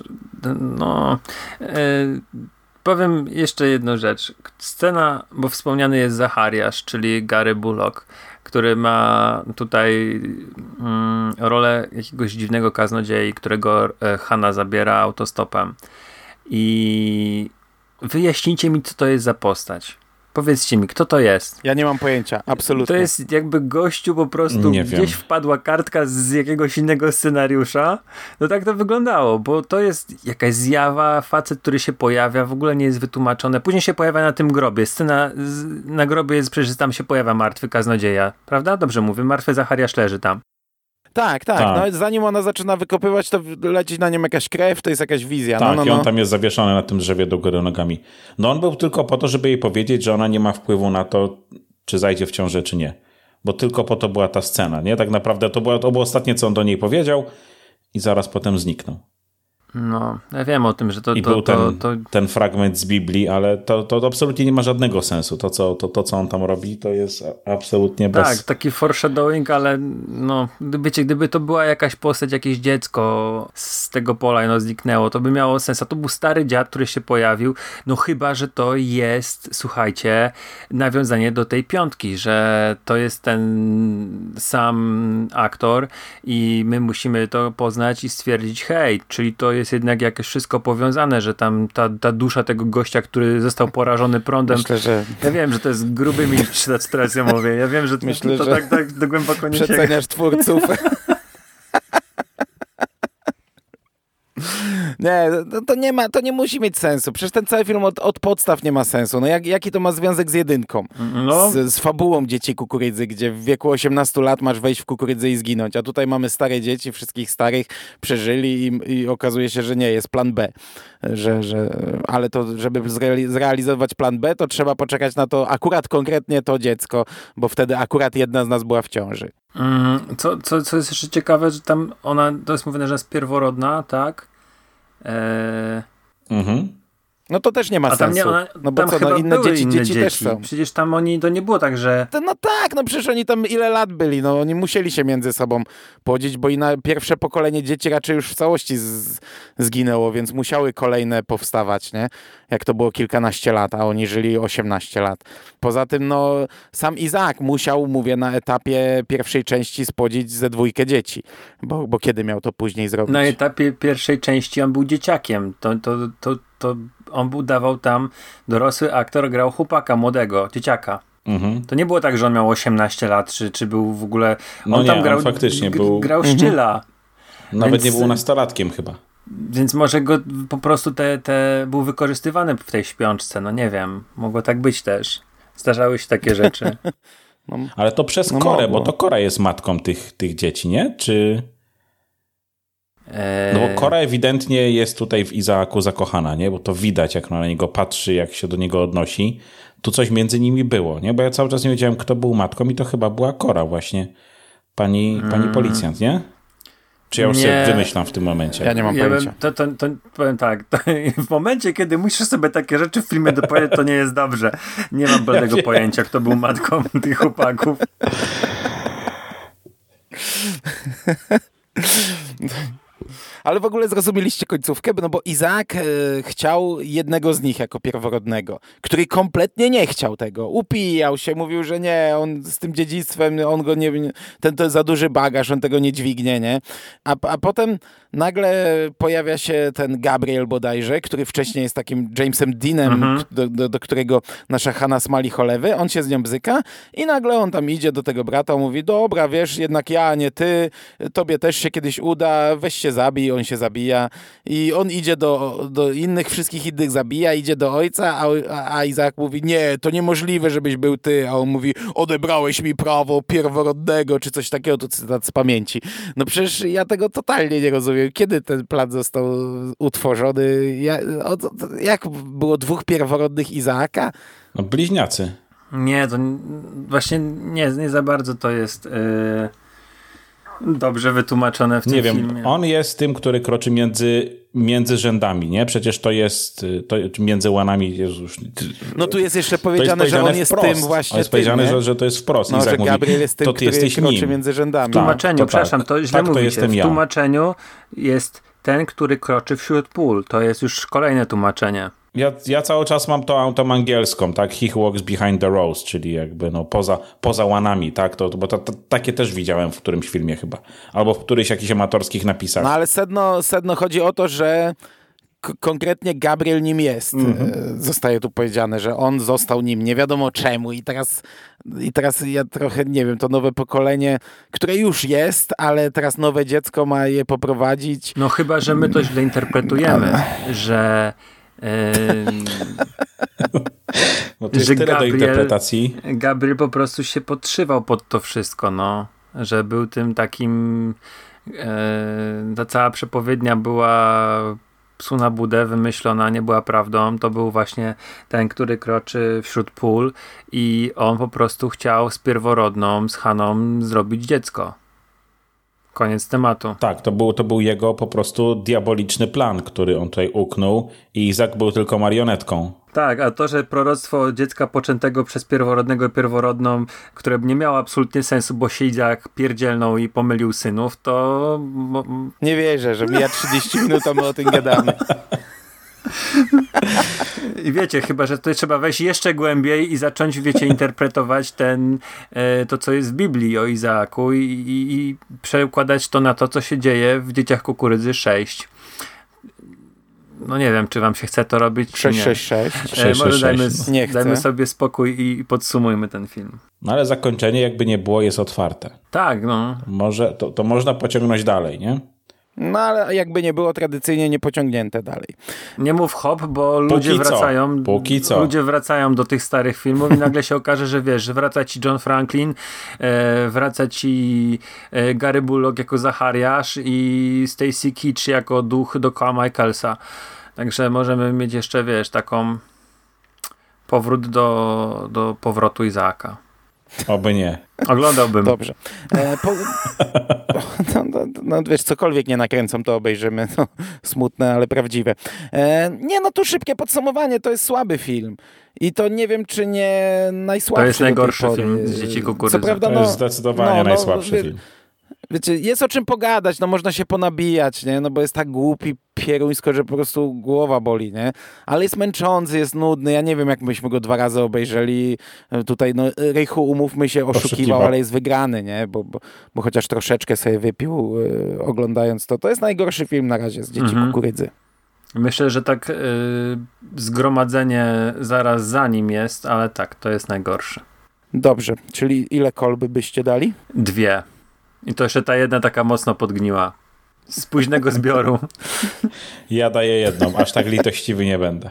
powiem jeszcze jedną rzecz. Scena, bo wspomniany jest Zachariasz, czyli Gary Bullock, który ma tutaj rolę jakiegoś dziwnego kaznodziei, którego Hanna zabiera autostopem. I wyjaśnijcie mi, co to jest za postać. Powiedzcie mi, kto to jest? Ja nie mam pojęcia, absolutnie. To jest jakby gościu po prostu, gdzieś wpadła kartka z jakiegoś innego scenariusza. No tak to wyglądało, bo to jest jakaś zjawa, facet, który się pojawia, w ogóle nie jest wytłumaczone. Później się pojawia na tym grobie. Scena na grobie jest, przecież tam się pojawia martwy kaznodzieja. Prawda? Dobrze mówię, martwy Zachariasz leży tam. Tak. No zanim ona zaczyna wykopywać, to leci na nią jakaś krew, to jest jakaś wizja. Tak, i on tam jest zawieszony na tym drzewie do góry nogami. No on był tylko po to, żeby jej powiedzieć, że ona nie ma wpływu na to, czy zajdzie w ciążę, czy nie. Bo tylko po to była ta scena, nie? Tak naprawdę to było ostatnie, co on do niej powiedział i zaraz potem zniknął. No, ja wiem o tym, że to... I był ten fragment z Biblii, ale to absolutnie nie ma żadnego sensu. To, co on tam robi, to jest absolutnie bez... Tak, taki foreshadowing, ale no, gdyby to była jakaś postać, jakieś dziecko z tego pola i no zniknęło, to by miało sens. A to był stary dziad, który się pojawił, no chyba, że to jest, słuchajcie, nawiązanie do tej piątki, że to jest ten sam aktor i my musimy to poznać i stwierdzić, hej, czyli to jest jednak jakieś wszystko powiązane, że tam ta dusza tego gościa, który został porażony prądem. Myślę, że... Ja wiem, że to jest gruby milcz, teraz ja mówię. Ja wiem, że myślę, to że tak do głęboko nie sięga. Przeceniasz twórców. Nie, to nie musi mieć sensu. Przecież ten cały film od podstaw nie ma sensu. No jaki to ma związek z jedynką? No. Z fabułą Dzieci Kukurydzy, gdzie w wieku 18 lat masz wejść w kukurydzę i zginąć. A tutaj mamy stare dzieci, wszystkich starych przeżyli i okazuje się, że nie, jest plan B. Ale to, żeby zrealizować plan B, to trzeba poczekać na to akurat konkretnie to dziecko, bo wtedy akurat jedna z nas była w ciąży. Co jest jeszcze ciekawe, że tam ona, to jest mówione, że jest pierworodna, tak? No to też nie ma sensu. No bo tam co, chyba inne były dzieci też są. Przecież tam to nie było tak, że... No tak, no przecież oni tam ile lat byli, no oni musieli się między sobą płodzić, bo pierwsze pokolenie dzieci raczej już w całości zginęło, więc musiały kolejne powstawać, nie? Jak to było kilkanaście lat, a oni żyli 18 lat. Poza tym, no sam Izaak musiał, mówię, na etapie pierwszej części spłodzić ze 2 dzieci, bo kiedy miał to później zrobić? Na etapie pierwszej części on był dzieciakiem, to on udawał tam, dorosły aktor grał chłopaka, młodego, dzieciaka. To nie było tak, że on miał 18 lat, czy był w ogóle... On tam grał, faktycznie grał szczyla. Nawet więc, nie był nastolatkiem chyba. Więc może go po prostu był wykorzystywany w tej śpiączce, no nie wiem. Mogło tak być też. Zdarzały się takie rzeczy. Ale to przez Korę, bo to Kora jest matką tych dzieci, nie? Czy... No bo Kora ewidentnie jest tutaj w Izaaku zakochana, nie? Bo to widać, jak na niego patrzy, jak się do niego odnosi. Tu coś między nimi było, nie? Bo ja cały czas nie wiedziałem, kto był matką i to chyba była Kora właśnie. Pani policjant, nie? Czy ja już sobie wymyślam w tym momencie? Ja nie mam pojęcia. Powiem tak, w momencie, kiedy musisz sobie takie rzeczy w filmie dopowiedzieć, to nie jest dobrze. Nie mam bladego pojęcia, kto był matką tych chłopaków. Ale w ogóle zrozumieliście końcówkę, no bo Izaak chciał jednego z nich jako pierworodnego, który kompletnie nie chciał tego. Upijał się, mówił, że nie, on z tym dziedzictwem, on go nie, to za duży bagaż, on tego nie dźwignie, nie? A potem nagle pojawia się ten Gabriel bodajże, który wcześniej jest takim Jamesem Deanem, do którego nasza Hanna smali cholewy, on się z nią bzyka i nagle on tam idzie do tego brata, mówi, dobra, wiesz, jednak ja, a nie ty, tobie też się kiedyś uda, weź się zabij, on się zabija i on idzie do innych, wszystkich innych zabija, idzie do ojca, a Izaak mówi, nie, to niemożliwe, żebyś był ty, a on mówi, odebrałeś mi prawo pierworodnego, czy coś takiego, to cytat z pamięci. No przecież ja tego totalnie nie rozumiem. Kiedy ten plan został utworzony? Jak było 2 pierworodnych Izaaka? No bliźniacy. Nie, to właśnie nie za bardzo to jest... dobrze wytłumaczone w tym filmie. Nie wiem, on jest tym, który kroczy między rzędami, nie? Przecież to jest między łanami. Jezus. No tu jest jeszcze powiedziane, że on jest wprost. tym właśnie. Jest powiedziane, że to jest wprost. No, że Gabriel jest tym, który kroczy między rzędami. W tłumaczeniu, to źle mówicie. W tłumaczeniu jest ten, który kroczy wśród pól. To jest już kolejne tłumaczenie. Ja cały czas mam tą angielską, tak? He who walks behind the rows, czyli jakby no poza łanami, tak? Bo takie też widziałem w którymś filmie chyba. Albo w którychś jakichś amatorskich napisach. No ale sedno chodzi o to, że konkretnie Gabriel nim jest. Zostaje tu powiedziane, że on został nim, nie wiadomo czemu i teraz ja trochę, nie wiem, to nowe pokolenie, które już jest, ale teraz nowe dziecko ma je poprowadzić. No chyba, że my to źle interpretujemy, że No to jest tyle do interpretacji. Gabriel po prostu się podszywał pod to wszystko, no. Że był tym takim ta cała przepowiednia była psu na budę, wymyślona, nie była prawdą. To był właśnie ten, który kroczy wśród pól i on po prostu chciał z pierworodną, z Haną zrobić dziecko. Koniec tematu. Tak, to był jego po prostu diaboliczny plan, który on tutaj uknął i Izak był tylko marionetką. Tak, a to, że proroctwo dziecka poczętego przez pierworodnego i pierworodną, które nie miało absolutnie sensu, bo się Izak pierdzielnął i pomylił synów, to... Nie wierzę, że mija 30 minut, a my o tym gadamy. I wiecie, chyba, że tutaj trzeba wejść jeszcze głębiej i zacząć, wiecie, interpretować to, co jest w Biblii o Izaaku i przekładać to na to, co się dzieje w Dzieciach Kukurydzy 6. No nie wiem, czy wam się chce to robić, czy nie. 666. Może dajmy Nie sobie spokój i podsumujmy ten film. No ale zakończenie, jakby nie było, jest otwarte. Tak, no. Może, to można pociągnąć dalej, nie? No ale jakby nie było tradycyjnie niepociągnięte dalej. Nie mów hop, bo ludzie wracają do tych starych filmów i nagle się okaże, że wiesz, że wraca ci John Franklin, wraca ci Gary Bullock jako Zachariasz i Stacy Keach jako duch Doka Michaelsa. Także możemy mieć jeszcze, wiesz, taką powrót do powrotu Izaaka. Oby nie. Oglądałbym. Dobrze. No wiesz, cokolwiek nie nakręcą, to obejrzymy. No, smutne, ale prawdziwe. Nie, no tu szybkie podsumowanie. To jest słaby film. I to nie wiem, czy nie najsłabszy. To jest najgorszy film z Dzieci Kukurydzy. Co prawda, to jest zdecydowanie najsłabszy film. Wiecie, jest o czym pogadać, no można się ponabijać, nie? No bo jest tak głupi, pieruńsko, że po prostu głowa boli, nie? Ale jest męczący, jest nudny, ja nie wiem, jak myśmy go 2 razy obejrzeli. Tutaj, no Rychu, umówmy się, oszukiwał, ale jest wygrany, nie? Bo chociaż troszeczkę sobie wypił oglądając to. To jest najgorszy film na razie z Dzieci Kukurydzy. Myślę, że tak zgromadzenie zaraz za nim jest, ale tak, to jest najgorszy. Dobrze, czyli ile kolby byście dali? 2. I to jeszcze ta jedna taka mocno podgniła. Z późnego zbioru. Ja daję 1, aż tak litościwy nie będę.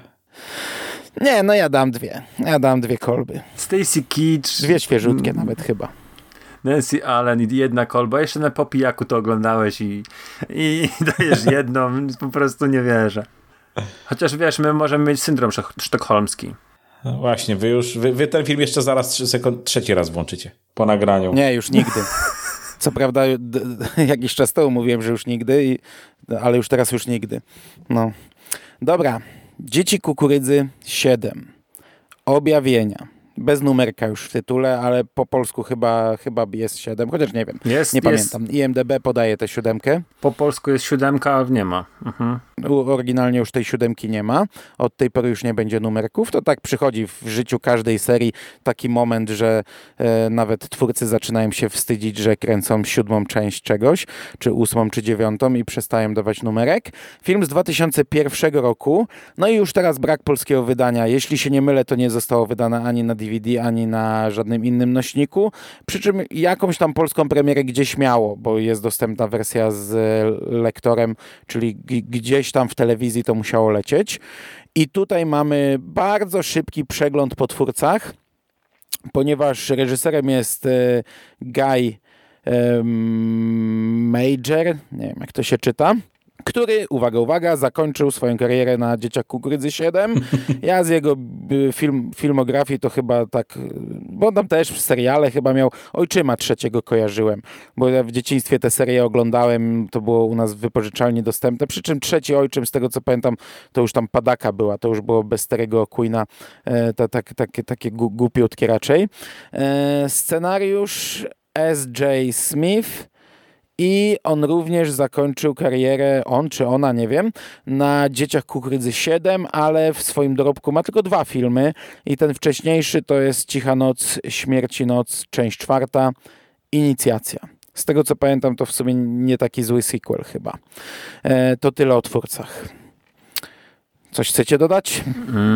Nie, no ja dam 2. Ja dam 2 kolby. Stacy Keach. 2 świeżutkie nawet chyba. Nancy Allen i 1 kolba. Jeszcze na popijaku to oglądałeś i dajesz 1. Po prostu nie wierzę. Chociaż wiesz, my możemy mieć syndrom sztokholmski. No właśnie, wy ten film jeszcze zaraz 3 raz włączycie po nagraniu. Nie, już nigdy. Co prawda jakiś czas temu mówiłem, że już nigdy, ale już teraz już nigdy. No. Dobra. Dzieci Kukurydzy 7. Objawienia. Bez numerka już w tytule, ale po polsku chyba jest 7, chociaż nie wiem. Nie pamiętam. IMDb podaje tę 7. Po polsku jest 7, a nie ma. Oryginalnie już tej 7 nie ma. Od tej pory już nie będzie numerków. To tak przychodzi w życiu każdej serii taki moment, że nawet twórcy zaczynają się wstydzić, że kręcą 7. część czegoś, czy 8., czy 9. i przestają dawać numerek. Film z 2001 roku. No i już teraz brak polskiego wydania. Jeśli się nie mylę, to nie zostało wydane ani na DVD, ani na żadnym innym nośniku. Przy czym jakąś tam polską premierę gdzieś miało, bo jest dostępna wersja z lektorem, czyli gdzieś tam w telewizji to musiało lecieć. I tutaj mamy bardzo szybki przegląd po twórcach, ponieważ reżyserem jest Guy Major, nie wiem jak to się czyta, który, uwaga, zakończył swoją karierę na Dzieciach Kukurydzy 7. Ja z jego filmografii to chyba tak, bo tam też w seriale chyba miał Ojczyma 3 kojarzyłem, bo ja w dzieciństwie te serie oglądałem, to było u nas w wypożyczalni dostępne, przy czym 3 Ojczym, z tego co pamiętam, to już tam Padaka była, to już było bez Terry'ego Queena, takie głupiutkie raczej. Scenariusz S.J. Smith. I on również zakończył karierę, on czy ona, nie wiem, na Dzieciach Kukurydzy 7, ale w swoim dorobku ma tylko 2 filmy i ten wcześniejszy to jest Cicha noc, Śmierci noc, część 4, Inicjacja. Z tego co pamiętam, to w sumie nie taki zły sequel chyba. To tyle o twórcach. Coś chcecie dodać?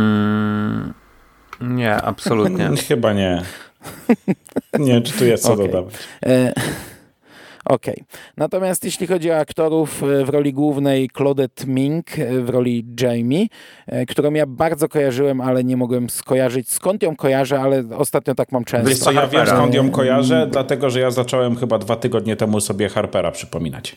Nie, absolutnie. Chyba nie. Nie wiem, czy tu jest co dodawać. Okej. Natomiast jeśli chodzi o aktorów, w roli głównej Claudette Ming, w roli Jamie, którą ja bardzo kojarzyłem, ale nie mogłem skojarzyć, skąd ją kojarzę, ale ostatnio tak mam często. Wiesz co, ja wiem, skąd ją kojarzę, dlatego, że ja zacząłem chyba 2 tygodnie temu sobie Harpera przypominać.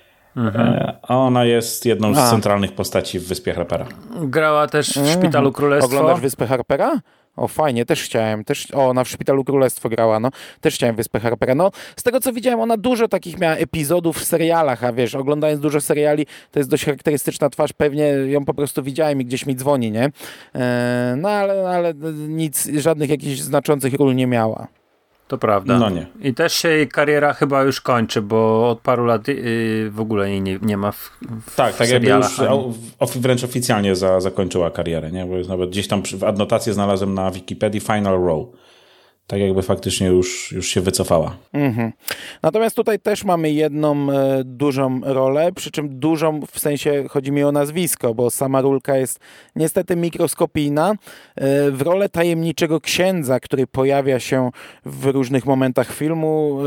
A ona jest jedną z centralnych postaci w Wyspie Harpera. Grała też w Szpitalu Królestwo. Oglądasz Wyspę Harpera? O, fajnie, też chciałem. Ona w Szpitalu Królestwo grała, no. Też chciałem Wyspę Harpera. No, z tego co widziałem, ona dużo takich miała epizodów w serialach, a wiesz, oglądając dużo seriali, to jest dość charakterystyczna twarz, pewnie ją po prostu widziałem i gdzieś mi dzwoni, nie? No, ale nic, żadnych jakichś znaczących ról nie miała. To prawda. No nie. I też się jej kariera chyba już kończy, bo od paru lat w ogóle jej nie ma w Tak jakby już wręcz oficjalnie zakończyła karierę, nie? Bo jest nawet gdzieś tam w adnotację znalazłem na Wikipedii Final Row. Tak jakby faktycznie już się wycofała. Natomiast tutaj też mamy jedną dużą rolę, przy czym dużą w sensie chodzi mi o nazwisko, bo sama rólka jest niestety mikroskopijna. W rolę tajemniczego księdza, który pojawia się w różnych momentach filmu,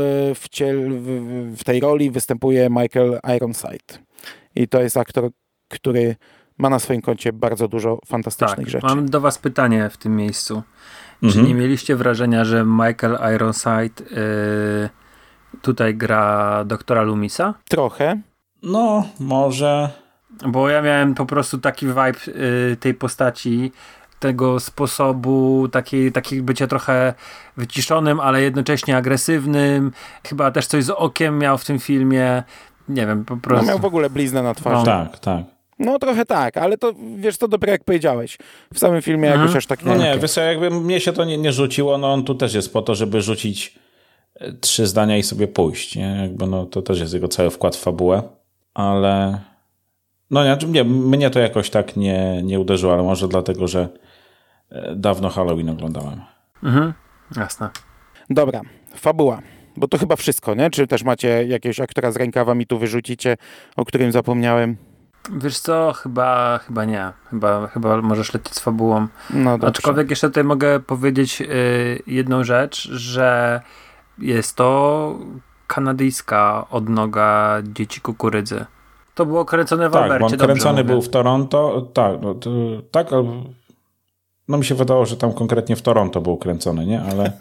w tej roli występuje Michael Ironside. I to jest aktor, który ma na swoim koncie bardzo dużo fantastycznych rzeczy. Mam do was pytanie w tym miejscu. Czy nie mieliście wrażenia, że Michael Ironside tutaj gra doktora Loomisa? Trochę. No, może. Bo ja miałem po prostu taki vibe tej postaci, tego sposobu, takiej bycia trochę wyciszonym, ale jednocześnie agresywnym. Chyba też coś z okiem miał w tym filmie. Nie wiem, po prostu. No, miał w ogóle bliznę na twarzy. No. Tak. No trochę tak, ale to wiesz co, dopiero jak powiedziałeś. W samym filmie jakoś aż tak nie. No nie, wiesz co, jakby mnie się to nie rzuciło, no on tu też jest po to, żeby rzucić 3 zdania i sobie pójść, nie? Jakby no to też jest jego cały wkład w fabułę, ale no nie, mnie to jakoś tak nie uderzyło, ale może dlatego, że dawno Halloween oglądałem. Jasne. Dobra, fabuła. Bo to chyba wszystko, nie? Czy też macie jakiegoś aktora z rękawa mi tu wyrzucicie, o którym zapomniałem? Wiesz co, chyba nie. Chyba możesz lecieć z fabułą. No dobrze. Aczkolwiek jeszcze tutaj mogę powiedzieć jedną rzecz, że jest to kanadyjska odnoga Dzieci Kukurydzy. To było kręcone w Albercie. Tak, bo on kręcony był w Toronto. Tak, no mi się wydawało, że tam konkretnie w Toronto był kręcony, nie? Ale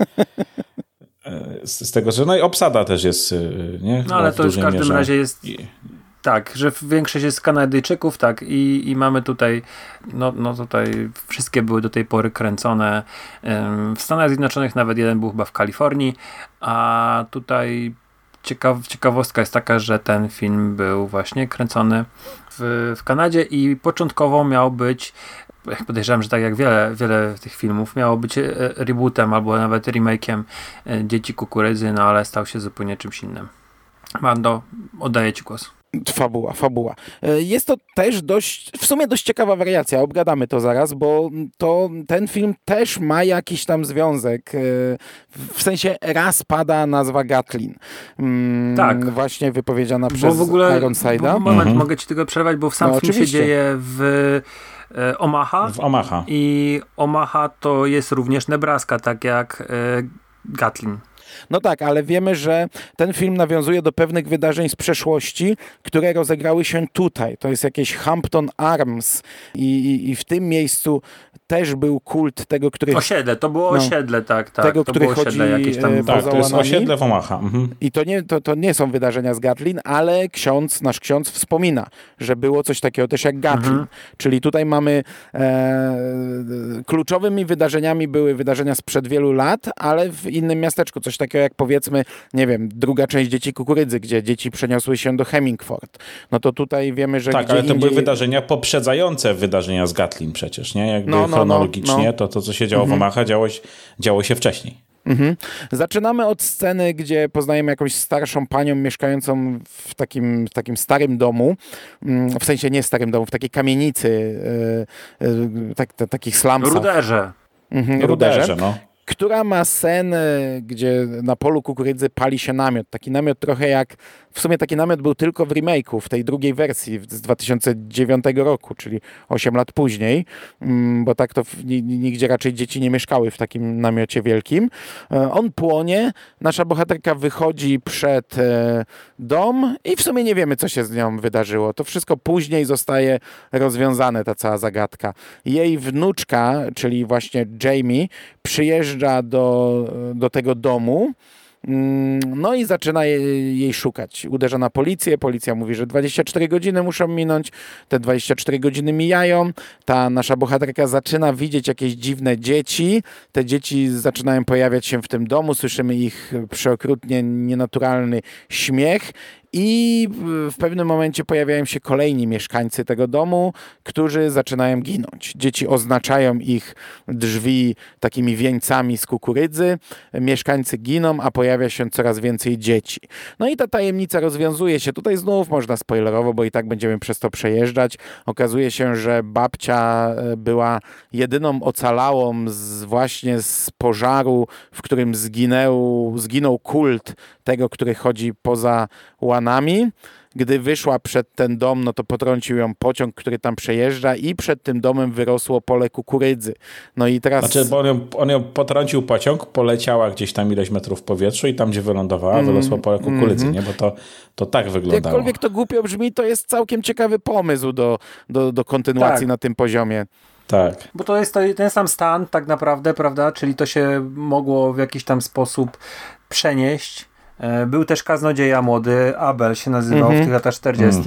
z tego, że no i obsada też jest, nie? No ale to już w każdym razie jest... Tak, że większość jest Kanadyjczyków, tak, i mamy tutaj, no tutaj wszystkie były do tej pory kręcone w Stanach Zjednoczonych, nawet jeden był chyba w Kalifornii, a tutaj ciekawostka jest taka, że ten film był właśnie kręcony w Kanadzie i początkowo miał być, jak podejrzewam, że tak jak wiele tych filmów, miało być rebootem albo nawet remake'iem Dzieci Kukurydzy, no ale stał się zupełnie czymś innym. Mando, oddaję ci głos. Fabuła. Jest to też w sumie dość ciekawa wariacja, obgadamy to zaraz, bo ten film też ma jakiś tam związek. W sensie raz pada nazwa Gatlin. Tak. Właśnie wypowiedziana przez Ironside'a. Moment, mogę ci tego przerwać, bo w sam film oczywiście się dzieje w Omaha. W Omaha. I Omaha to jest również Nebraska, tak jak Gatlin. No tak, ale wiemy, że ten film nawiązuje do pewnych wydarzeń z przeszłości, które rozegrały się tutaj. To jest jakieś Hampton Arms i w tym miejscu też był kult tego, który... Osiedle, to było osiedle, tak. Tego, to który było osiedle chodzi jakieś tam. Tak, to jest osiedle w Omaha. I to nie są wydarzenia z Gatlin, ale nasz ksiądz wspomina, że było coś takiego też jak Gatlin. Czyli tutaj mamy kluczowymi wydarzeniami były wydarzenia sprzed wielu lat, ale w innym miasteczku. Coś takiego jak powiedzmy, nie wiem, druga część Dzieci Kukurydzy, gdzie dzieci przeniosły się do Hemingford. No to tutaj wiemy, że tak, gdzie ale to indziej... były wydarzenia poprzedzające wydarzenia z Gatlin przecież, nie? Jakby chronologicznie to, co się działo w Omaha, działo się wcześniej. Zaczynamy od sceny, gdzie poznajemy jakąś starszą panią mieszkającą w takim starym domu, w sensie nie starym domu, w takiej kamienicy, takich slumsach. Ruderze. Ruderze, no. która ma scenę, gdzie na polu kukurydzy pali się namiot. Taki namiot trochę jak, w sumie taki namiot był tylko w remake'u, w tej drugiej wersji z 2009 roku, czyli 8 lat później, bo tak to nigdzie raczej dzieci nie mieszkały w takim namiocie wielkim. On płonie, nasza bohaterka wychodzi przed dom i w sumie nie wiemy, co się z nią wydarzyło. To wszystko później zostaje rozwiązane, ta cała zagadka. Jej wnuczka, czyli właśnie Jamie, przyjeżdża do tego domu, no i zaczyna jej szukać. Uderza na policję, policja mówi, że 24 godziny muszą minąć, te 24 godziny mijają, ta nasza bohaterka zaczyna widzieć jakieś dziwne dzieci, te dzieci zaczynają pojawiać się w tym domu, słyszymy ich przeokrutnie nienaturalny śmiech i w pewnym momencie pojawiają się kolejni mieszkańcy tego domu, którzy zaczynają ginąć. Dzieci oznaczają ich drzwi takimi wieńcami z kukurydzy, mieszkańcy giną, a pojawia się coraz więcej dzieci. No i ta tajemnica rozwiązuje się. Tutaj znów można spoilerowo, bo i tak będziemy przez to przejeżdżać. Okazuje się, że babcia była jedyną ocalałą właśnie z pożaru, w którym zginął kult tego, który chodzi poza łanami. Gdy wyszła przed ten dom, no to potrącił ją pociąg, który tam przejeżdża i przed tym domem wyrosło pole kukurydzy. No i teraz... Znaczy, bo on ją potrącił pociąg, poleciała gdzieś tam ileś metrów w powietrzu i tam, gdzie wylądowała, wyrosło pole kukurydzy, nie? Bo to tak wyglądało. Jakkolwiek to głupio brzmi, to jest całkiem ciekawy pomysł do kontynuacji na tym poziomie. Tak. Bo to jest ten sam stan tak naprawdę, prawda? Czyli to się mogło w jakiś tam sposób przenieść. Był też kaznodzieja młody, Abel się nazywał w tych latach 40.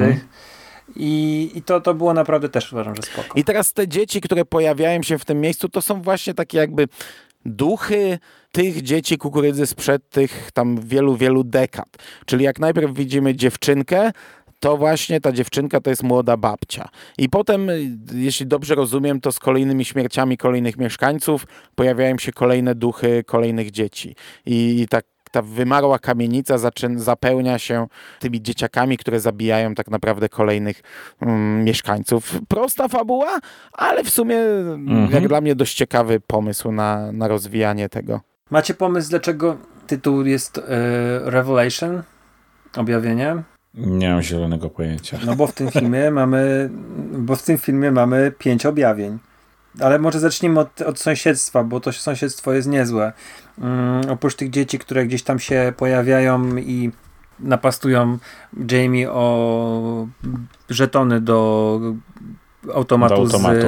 I to było naprawdę też, uważam, że spoko. I teraz te dzieci, które pojawiają się w tym miejscu, to są właśnie takie jakby duchy tych dzieci kukurydzy sprzed tych tam wielu, wielu dekad. Czyli jak najpierw widzimy dziewczynkę, to właśnie ta dziewczynka to jest młoda babcia. I potem, jeśli dobrze rozumiem, to z kolejnymi śmierciami kolejnych mieszkańców pojawiają się kolejne duchy kolejnych dzieci. I tak ta wymarła kamienica zapełnia się tymi dzieciakami, które zabijają tak naprawdę kolejnych mieszkańców. Prosta fabuła, ale w sumie jak dla mnie dość ciekawy pomysł na rozwijanie tego. Macie pomysł, dlaczego tytuł jest Revelation? Objawienie? Nie mam zielonego pojęcia. No bo w tym filmie mamy 5 objawień. Ale może zacznijmy od sąsiedztwa, bo to sąsiedztwo jest niezłe. Oprócz tych dzieci, które gdzieś tam się pojawiają i napastują Jamie o żetony do automatu.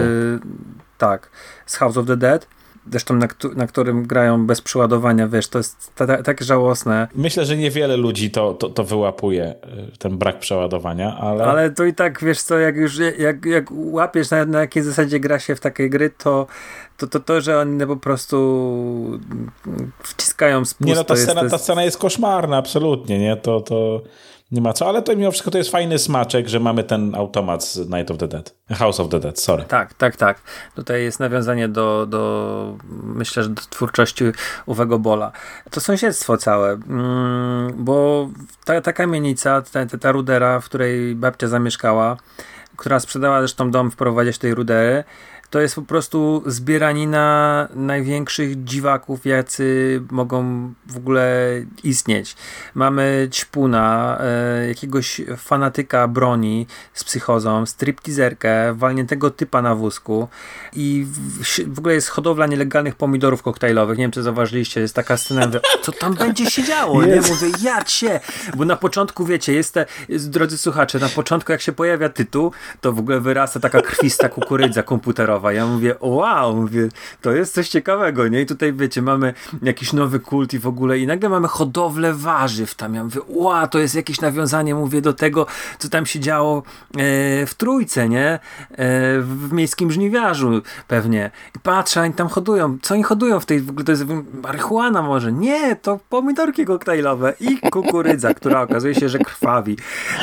Z House of the Dead. Zresztą na którym grają bez przeładowania, wiesz, to jest tak żałosne. Myślę, że niewiele ludzi to wyłapuje, ten brak przeładowania, ale... Ale to i tak, wiesz co, jak łapiesz na jakiej zasadzie gra się w takie gry, to, że oni po prostu wciskają spust. Nie, no ta scena jest koszmarna, absolutnie, nie? To nie ma co, ale to mimo wszystko to jest fajny smaczek, że mamy ten automat z Night of the Dead. House of the Dead, sorry. Tak. Tutaj jest nawiązanie do myślę, że do twórczości Uwego Bolla. To sąsiedztwo całe, bo ta kamienica, ta rudera, w której babcia zamieszkała, która sprzedała zresztą dom w prowadzie tej rudery, to jest po prostu zbieranina największych dziwaków, jacy mogą w ogóle istnieć. Mamy ćpuna, jakiegoś fanatyka broni z psychozą, stripteaserkę, walniętego typa na wózku i w ogóle jest hodowla nielegalnych pomidorów koktajlowych. Nie wiem, czy zauważyliście, jest taka scena, mówię, co tam będzie się działo? Nie? Mówię, jadź się! Bo na początku, wiecie, drodzy słuchacze, na początku jak się pojawia tytuł, to w ogóle wyrasta taka krwista kukurydza komputerowa. Ja mówię, wow, to jest coś ciekawego, nie? I tutaj, wiecie, mamy jakiś nowy kult i w ogóle, i nagle mamy hodowlę warzyw tam. Ja mówię, wow, to jest jakieś nawiązanie, mówię, do tego, co tam się działo w Trójce, nie? W Miejskim Żniwiarzu pewnie. I patrzę, oni tam hodują. Co oni hodują w tej, w ogóle to jest marihuana może? Nie, to pomidorki koktajlowe i kukurydza, która okazuje się, że krwawi.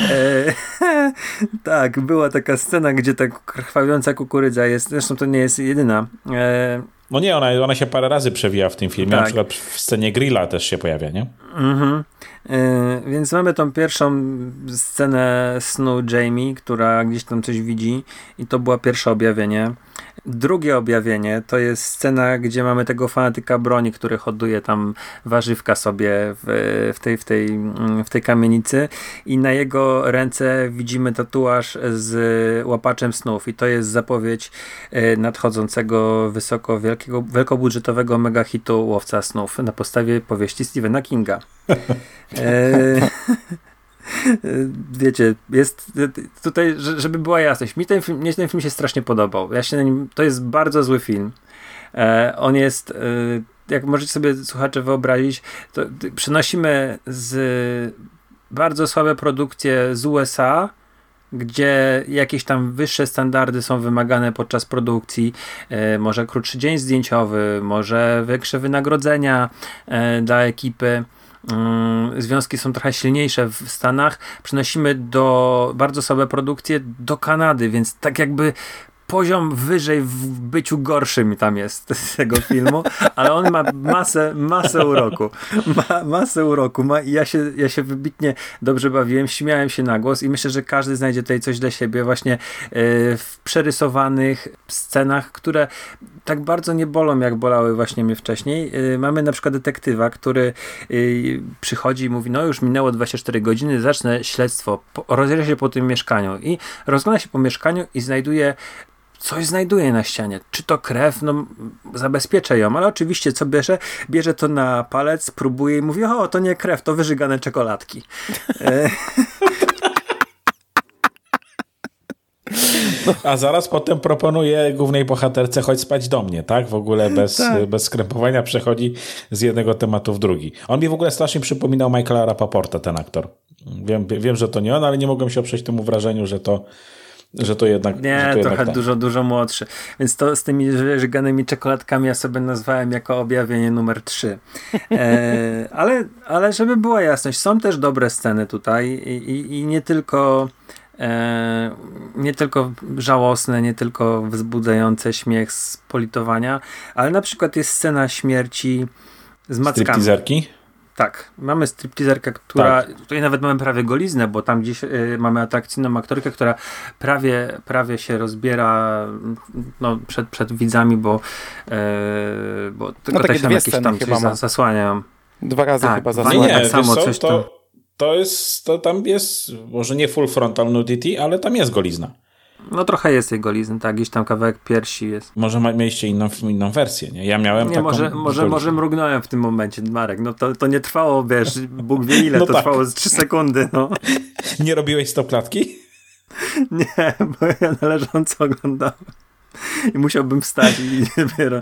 Tak, była taka scena, gdzie ta krwawiąca kukurydza jest, zresztą to nie jest jedyna. No nie, ona się parę razy przewija w tym filmie, tak. Na przykład w scenie grilla też się pojawia, nie? Więc mamy tą pierwszą scenę snu Jamie, która gdzieś tam coś widzi i to było pierwsze objawienie. Drugie objawienie to jest scena, gdzie mamy tego fanatyka broni, który hoduje tam warzywka sobie w tej kamienicy i na jego ręce widzimy tatuaż z łapaczem snów i to jest zapowiedź nadchodzącego wielkobudżetowego mega hitu Łowca snów na podstawie powieści Stephena Kinga. Wiecie, jest tutaj, żeby była jasność, mnie ten film się strasznie podobał. To jest bardzo zły film. On jest, jak możecie sobie słuchacze wyobrazić, to przenosimy z bardzo słabe produkcje z USA, gdzie jakieś tam wyższe standardy są wymagane podczas produkcji, może krótszy dzień zdjęciowy, może większe wynagrodzenia dla ekipy. Związki są trochę silniejsze w Stanach. Przenosimy bardzo słabe produkcje do Kanady, więc tak jakby poziom wyżej w byciu gorszym tam jest z tego filmu, ale on ma masę uroku. Masę uroku. I ja się wybitnie dobrze bawiłem, śmiałem się na głos i myślę, że każdy znajdzie tutaj coś dla siebie właśnie w przerysowanych scenach, które tak bardzo nie bolą, jak bolały właśnie mnie wcześniej. Mamy na przykład detektywa, który przychodzi i mówi, no już minęło 24 godziny, zacznę śledztwo. Rozejrzę się po tym mieszkaniu i rozgląda się po mieszkaniu i znajduje na ścianie. Czy to krew? No, zabezpieczę ją, ale oczywiście co bierze? Bierze to na palec, próbuje i mówi, o, to nie krew, to wyżygane czekoladki. A zaraz potem proponuje głównej bohaterce chodź spać do mnie, tak? W ogóle bez skrępowania przechodzi z jednego tematu w drugi. On mi w ogóle strasznie przypominał Michaela Rapaporta, ten aktor. Wiem, że to nie on, ale nie mogłem się oprzeć temu wrażeniu, że to jednak... Nie, trochę dużo młodszy. Więc to z tymi żyganymi czekoladkami ja sobie nazwałem jako objawienie numer 3. Ale żeby była jasność, są też dobre sceny tutaj i nie tylko żałosne, nie tylko wzbudzające śmiech z politowania, ale na przykład jest scena śmierci z mackami. Stripteaserki? Tak, mamy stripteaserkę, która, tutaj nawet mamy prawie goliznę, bo tam gdzieś mamy atrakcyjną aktorkę, która prawie się rozbiera przed widzami, bo tylko też tam jakieś tam coś zasłaniają. 2 razy chyba zasłaniają. Nie, tak samo co, coś tam. To tam jest, może nie full frontal nudity, ale tam jest golizna. No trochę jest tej golizny, tak, gdzieś tam kawałek piersi jest. Może mieliście inną wersję, nie? Ja miałem taką... Może mrugnąłem w tym momencie, Marek, no to nie trwało, wiesz, Bóg wie ile, to trwało z 3 sekundy, no. Nie robiłeś stopklatki? Nie, bo ja na leżąco oglądałem. I musiałbym wstać i dopiero.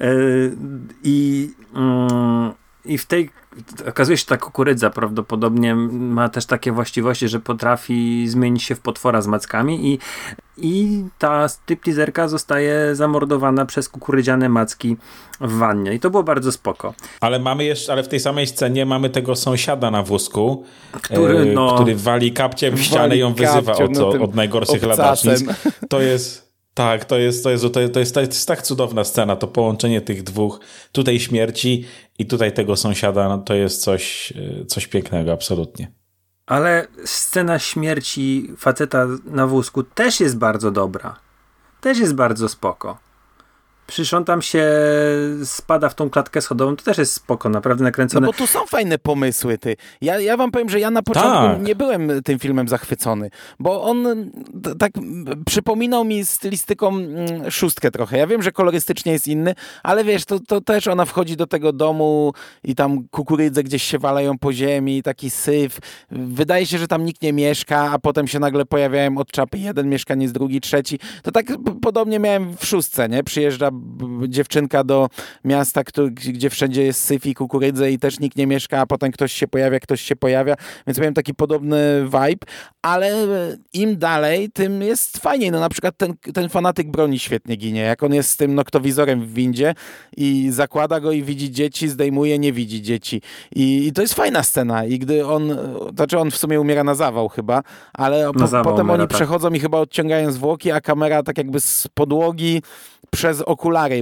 I w tej okazuje się, że ta kukurydza prawdopodobnie ma też takie właściwości, że potrafi zmienić się w potwora z mackami i ta stripteaserka zostaje zamordowana przez kukurydziane macki w wannie. I to było bardzo spoko. Ale ale w tej samej scenie mamy tego sąsiada na wózku, który wali kapciem w ścianę i ją wyzywa od najgorszych ladacznic. To jest... Tak, to jest tak cudowna scena, to połączenie tych dwóch, tutaj śmierci i tutaj tego sąsiada, no to jest coś pięknego, absolutnie. Ale scena śmierci faceta na wózku też jest bardzo dobra. Też jest bardzo spoko. Przecież on tam się spada w tą klatkę schodową, to też jest spoko, naprawdę nakręcone. No bo tu są fajne pomysły, ty. Ja wam powiem, że ja na początku nie byłem tym filmem zachwycony, bo on tak przypominał mi stylistyką 6 trochę. Ja wiem, że kolorystycznie jest inny, ale wiesz, to też ona wchodzi do tego domu i tam kukurydze gdzieś się walają po ziemi, taki syf. Wydaje się, że tam nikt nie mieszka, a potem się nagle pojawiają od czapy jeden mieszkaniec, drugi, trzeci. To tak podobnie miałem w 6, nie? Przyjeżdża dziewczynka do miasta, gdzie wszędzie jest syf i kukurydze i też nikt nie mieszka, a potem ktoś się pojawia, więc miałem taki podobny vibe, ale im dalej, tym jest fajniej. No na przykład ten fanatyk broni świetnie ginie, jak on jest z tym noktowizorem w windzie i zakłada go i widzi dzieci, zdejmuje, nie widzi dzieci. I to jest fajna scena i gdy on w sumie umiera na zawał chyba, ale potem oni przechodzą i chyba odciągają zwłoki, a kamera tak jakby z podłogi przez okulary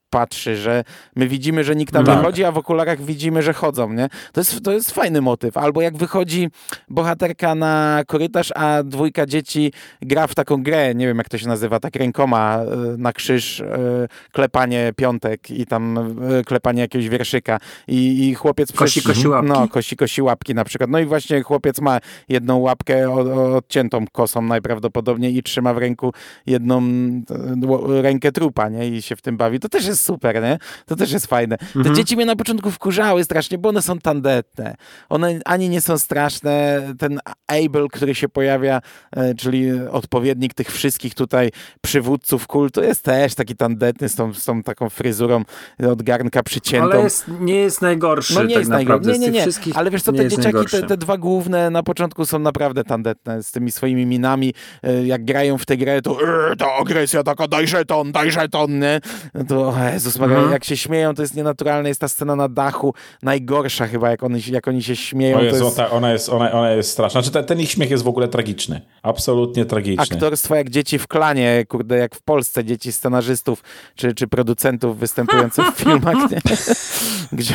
patrzy, że my widzimy, że nikt tam nie chodzi, a w okularach widzimy, że chodzą, nie? To jest fajny motyw. Albo jak wychodzi bohaterka na korytarz, a 2 dzieci gra w taką grę, nie wiem jak to się nazywa, tak rękoma na krzyż, klepanie piątek i tam klepanie jakiegoś wierszyka i chłopiec... Kosi łapki. No, kosi łapki na przykład. No i właśnie chłopiec ma jedną łapkę odciętą kosą najprawdopodobniej i trzyma w ręku jedną rękę trupa, nie? I się w tym bawi. To też jest super, nie? To też jest fajne. Te dzieci mnie na początku wkurzały strasznie, bo one są tandetne. One ani nie są straszne. Ten Abel, który się pojawia, czyli odpowiednik tych wszystkich tutaj przywódców kultu, jest też taki tandetny z tą taką fryzurą od garnka przyciętą. Ale nie jest najgorszy no nie tak jest naprawdę. Nie. Ale wiesz co, te dzieciaki, te 2 główne na początku są naprawdę tandetne z tymi swoimi minami. Jak grają w tę grę, to ta agresja taka, daj żeton, nie? To Jezus Maria, jak się śmieją, to jest nienaturalne. Jest ta scena na dachu, najgorsza chyba, jak oni się śmieją. Ona jest straszna. Znaczy, ten ich śmiech jest w ogóle tragiczny. Absolutnie tragiczny. Aktorstwo jak dzieci w klanie, kurde, jak w Polsce dzieci scenarzystów czy producentów występujących w filmach, nie? Gdzie,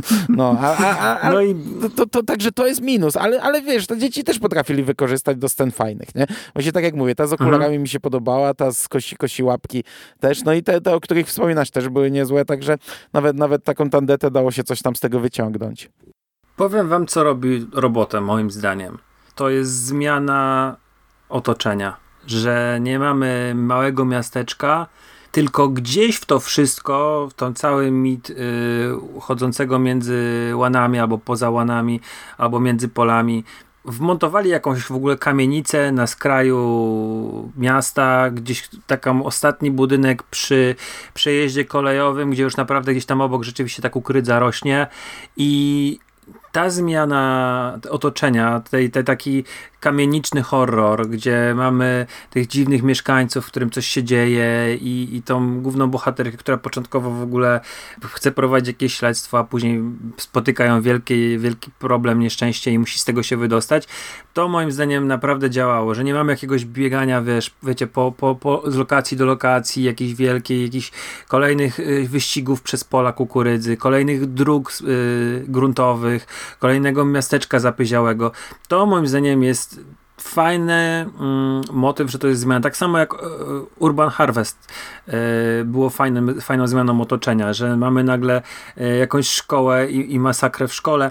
także to jest minus, ale wiesz, te dzieci też potrafili wykorzystać do scen fajnych, nie? Właśnie tak jak mówię, ta z okularami mi się podobała, ta z kosi łapki też, no i te, o których wspominasz, też były niezłe, także nawet taką tandetę dało się coś tam z tego wyciągnąć. Powiem wam, co robi robotę, moim zdaniem. To jest zmiana otoczenia, że nie mamy małego miasteczka, tylko gdzieś w to wszystko, w ten cały mit chodzącego między łanami, albo poza łanami, albo między polami, wmontowali jakąś w ogóle kamienicę na skraju miasta, gdzieś taki ostatni budynek przy przejeździe kolejowym, gdzie już naprawdę gdzieś tam obok rzeczywiście ta kukurydza rośnie i ta zmiana otoczenia, taki kamieniczny horror, gdzie mamy tych dziwnych mieszkańców, w którym coś się dzieje i tą główną bohaterkę, która początkowo w ogóle chce prowadzić jakieś śledztwo, a później spotykają wielki problem, nieszczęście i musi z tego się wydostać. To moim zdaniem naprawdę działało, że nie mamy jakiegoś biegania, wiecie, z lokacji do lokacji, jakichś kolejnych wyścigów przez pola kukurydzy, kolejnych dróg gruntowych, kolejnego miasteczka zapyziałego. To moim zdaniem jest fajny motyw, że to jest zmiana. Tak samo jak Urban Harvest było fajną zmianą otoczenia, że mamy nagle jakąś szkołę i masakrę w szkole,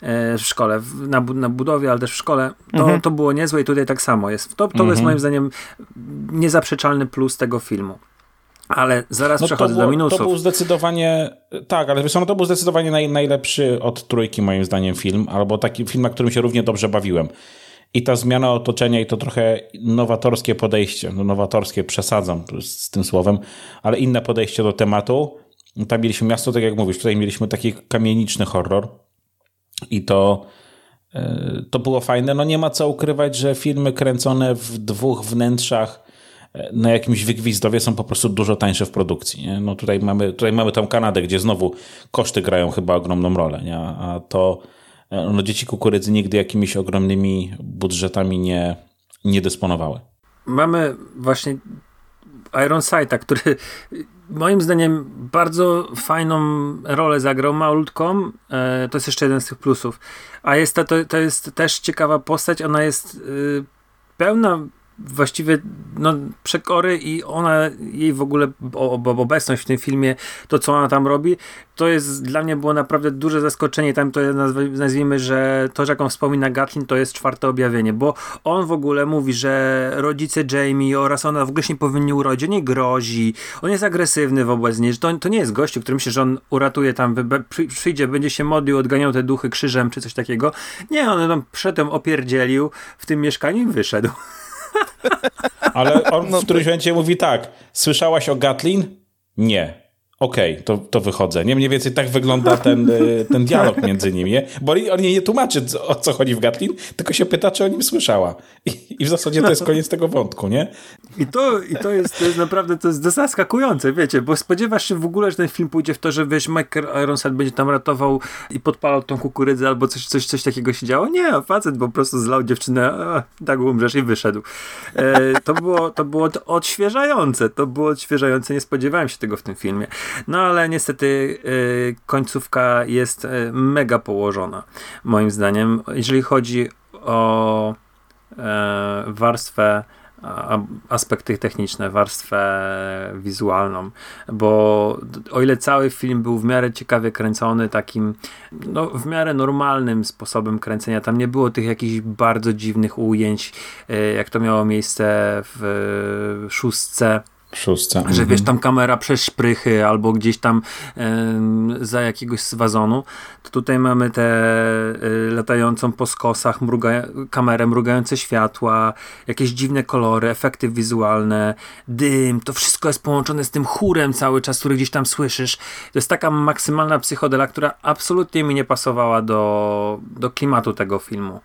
na budowie, ale też w szkole. To było niezłe i tutaj tak samo jest. To jest moim zdaniem niezaprzeczalny plus tego filmu. Ale zaraz przechodzę do minusów. To był zdecydowanie, tak, ale to był zdecydowanie najlepszy od trójki moim zdaniem film, albo taki film, na którym się równie dobrze bawiłem. I ta zmiana otoczenia i to trochę nowatorskie podejście, nowatorskie przesadzam z tym słowem, ale inne podejście do tematu. Tam mieliśmy miasto, tak jak mówisz, tutaj mieliśmy taki kamieniczny horror i to było fajne. No nie ma co ukrywać, że filmy kręcone w 2 wnętrzach na jakimś wygwizdowie są po prostu dużo tańsze w produkcji. Nie? No tutaj mamy tą Kanadę, gdzie znowu koszty grają chyba ogromną rolę, nie? A to dzieci kukurydzy nigdy jakimiś ogromnymi budżetami nie dysponowały. Mamy właśnie Ironsighta, który moim zdaniem bardzo fajną rolę zagrał, malutką. To jest jeszcze jeden z tych plusów. A to jest też ciekawa postać. Ona jest pełna właściwie przekory i jej w ogóle obecność w tym filmie, to co ona tam robi, to jest dla mnie było naprawdę duże zaskoczenie. Tam to nazwijmy, że to, że jaką wspomina Gatlin, to jest 4. objawienie, bo on w ogóle mówi, że rodzice Jamie oraz ona w ogóle się nie powinni urodzić, on nie grozi, on jest agresywny wobec niej, że to nie jest gościu, który myśli, że on uratuje tam, przyjdzie, będzie się modlił, odganiał te duchy krzyżem czy coś takiego. Nie, on tam przedtem opierdzielił w tym mieszkaniu i wyszedł. Ale on w którymś momencie mówi tak: słyszałaś o Gatlin? Nie. Okej, to wychodzę. Nie, mniej więcej tak wygląda ten dialog między nimi, nie? Bo on nie tłumaczy, o co chodzi w Gatlin, tylko się pyta, czy o nim słyszała. I w zasadzie to jest koniec tego wątku, nie? I to jest naprawdę to jest zaskakujące, wiecie, bo spodziewasz się w ogóle, że ten film pójdzie w to, że wiesz, Michael Ironside będzie tam ratował i podpalał tą kukurydzę albo coś takiego się działo. Nie, facet po prostu zlał dziewczynę, tak umrzesz i wyszedł. To było odświeżające, nie spodziewałem się tego w tym filmie. No ale niestety końcówka jest mega położona, moim zdaniem. Jeżeli chodzi o warstwę, aspekty techniczne, warstwę wizualną, bo o ile cały film był w miarę ciekawie kręcony, takim no, w miarę normalnym sposobem kręcenia, tam nie było tych jakichś bardzo dziwnych ujęć, jak to miało miejsce w szóstce, że wiesz, tam kamera przez szprychy albo gdzieś tam za jakiegoś wazonu, to tutaj mamy tę latającą po skosach kamerę, mrugające światła, jakieś dziwne kolory, efekty wizualne, dym, to wszystko jest połączone z tym chórem cały czas, który gdzieś tam słyszysz. To jest taka maksymalna psychodela, która absolutnie mi nie pasowała do klimatu tego filmu.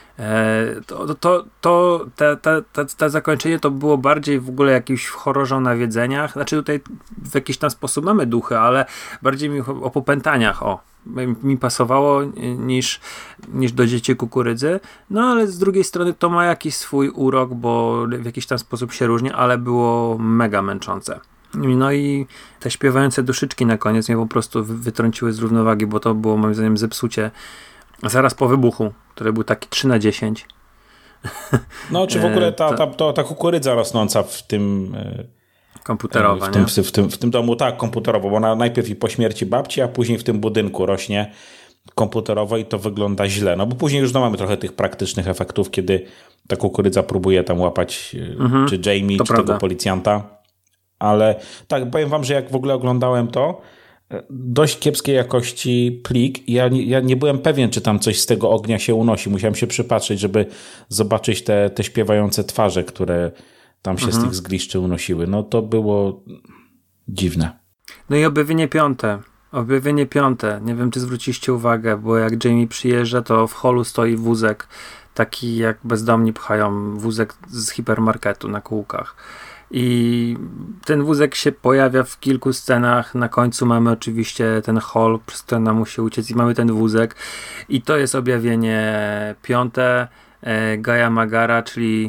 To zakończenie to było bardziej w ogóle jakimś horrorze o nawiedzeniach. Znaczy tutaj w jakiś tam sposób mamy duchy, ale bardziej mi o popętaniach mi pasowało niż do Dzieci Kukurydzy. No ale z drugiej strony to ma jakiś swój urok, bo w jakiś tam sposób się różni, ale było mega męczące. No i te śpiewające duszyczki na koniec mnie po prostu wytrąciły z równowagi, bo to było moim zdaniem zepsucie zaraz po wybuchu, który był taki 3/10. No, czy w ogóle ta kukurydza rosnąca w tym... komputerowa, w tym domu, tak, komputerowo, bo ona najpierw i po śmierci babci, a później w tym budynku rośnie komputerowo i to wygląda źle. No bo później już mamy trochę tych praktycznych efektów, kiedy ta kukurydza próbuje tam łapać czy Jamie, czy tego policjanta. Ale tak, powiem wam, że jak w ogóle oglądałem to, dość kiepskiej jakości plik. Ja nie byłem pewien, czy tam coś z tego ognia się unosi. Musiałem się przypatrzeć, żeby zobaczyć te śpiewające twarze, które tam się z tych zgliszczy unosiły. No to było dziwne. No i objawienie piąte. Nie wiem, czy zwróciliście uwagę, bo jak Jamie przyjeżdża, to w holu stoi wózek, taki jak bezdomni pchają wózek z hipermarketu na kółkach. I ten wózek się pojawia w kilku scenach. Na końcu mamy oczywiście ten hol, przez który nam musi uciec i mamy ten wózek. I to jest objawienie piąte Gaja Magara, czyli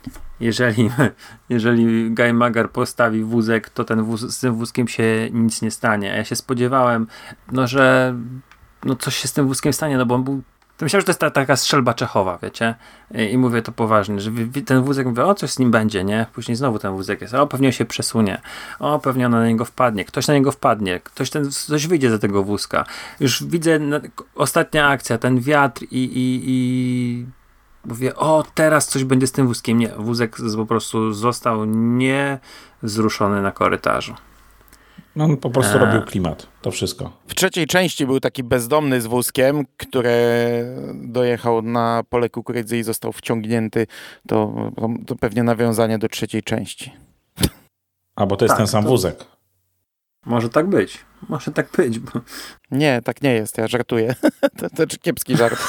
jeżeli Guy Magar postawi wózek, to z tym wózkiem się nic nie stanie. A ja się spodziewałem, że coś się z tym wózkiem stanie, no bo on był... Myślałem, że to jest taka strzelba Czechowa, wiecie? I mówię to poważnie, że ten wózek, mówię, coś z nim będzie, nie? Później znowu ten wózek jest, pewnie się przesunie, pewnie ona na niego wpadnie, ktoś na niego wpadnie, ktoś wyjdzie za tego wózka. Już widzę ostatnia akcja, ten wiatr i mówię, teraz coś będzie z tym wózkiem. Nie, wózek po prostu został niewzruszony na korytarzu. No on po prostu robił klimat, to wszystko. W trzeciej części był taki bezdomny z wózkiem, który dojechał na pole kukurydzy i został wciągnięty. To pewnie nawiązanie do trzeciej części. Bo to jest ten sam wózek. Może tak być. Bo... Nie, tak nie jest, ja żartuję. To kiepski żart.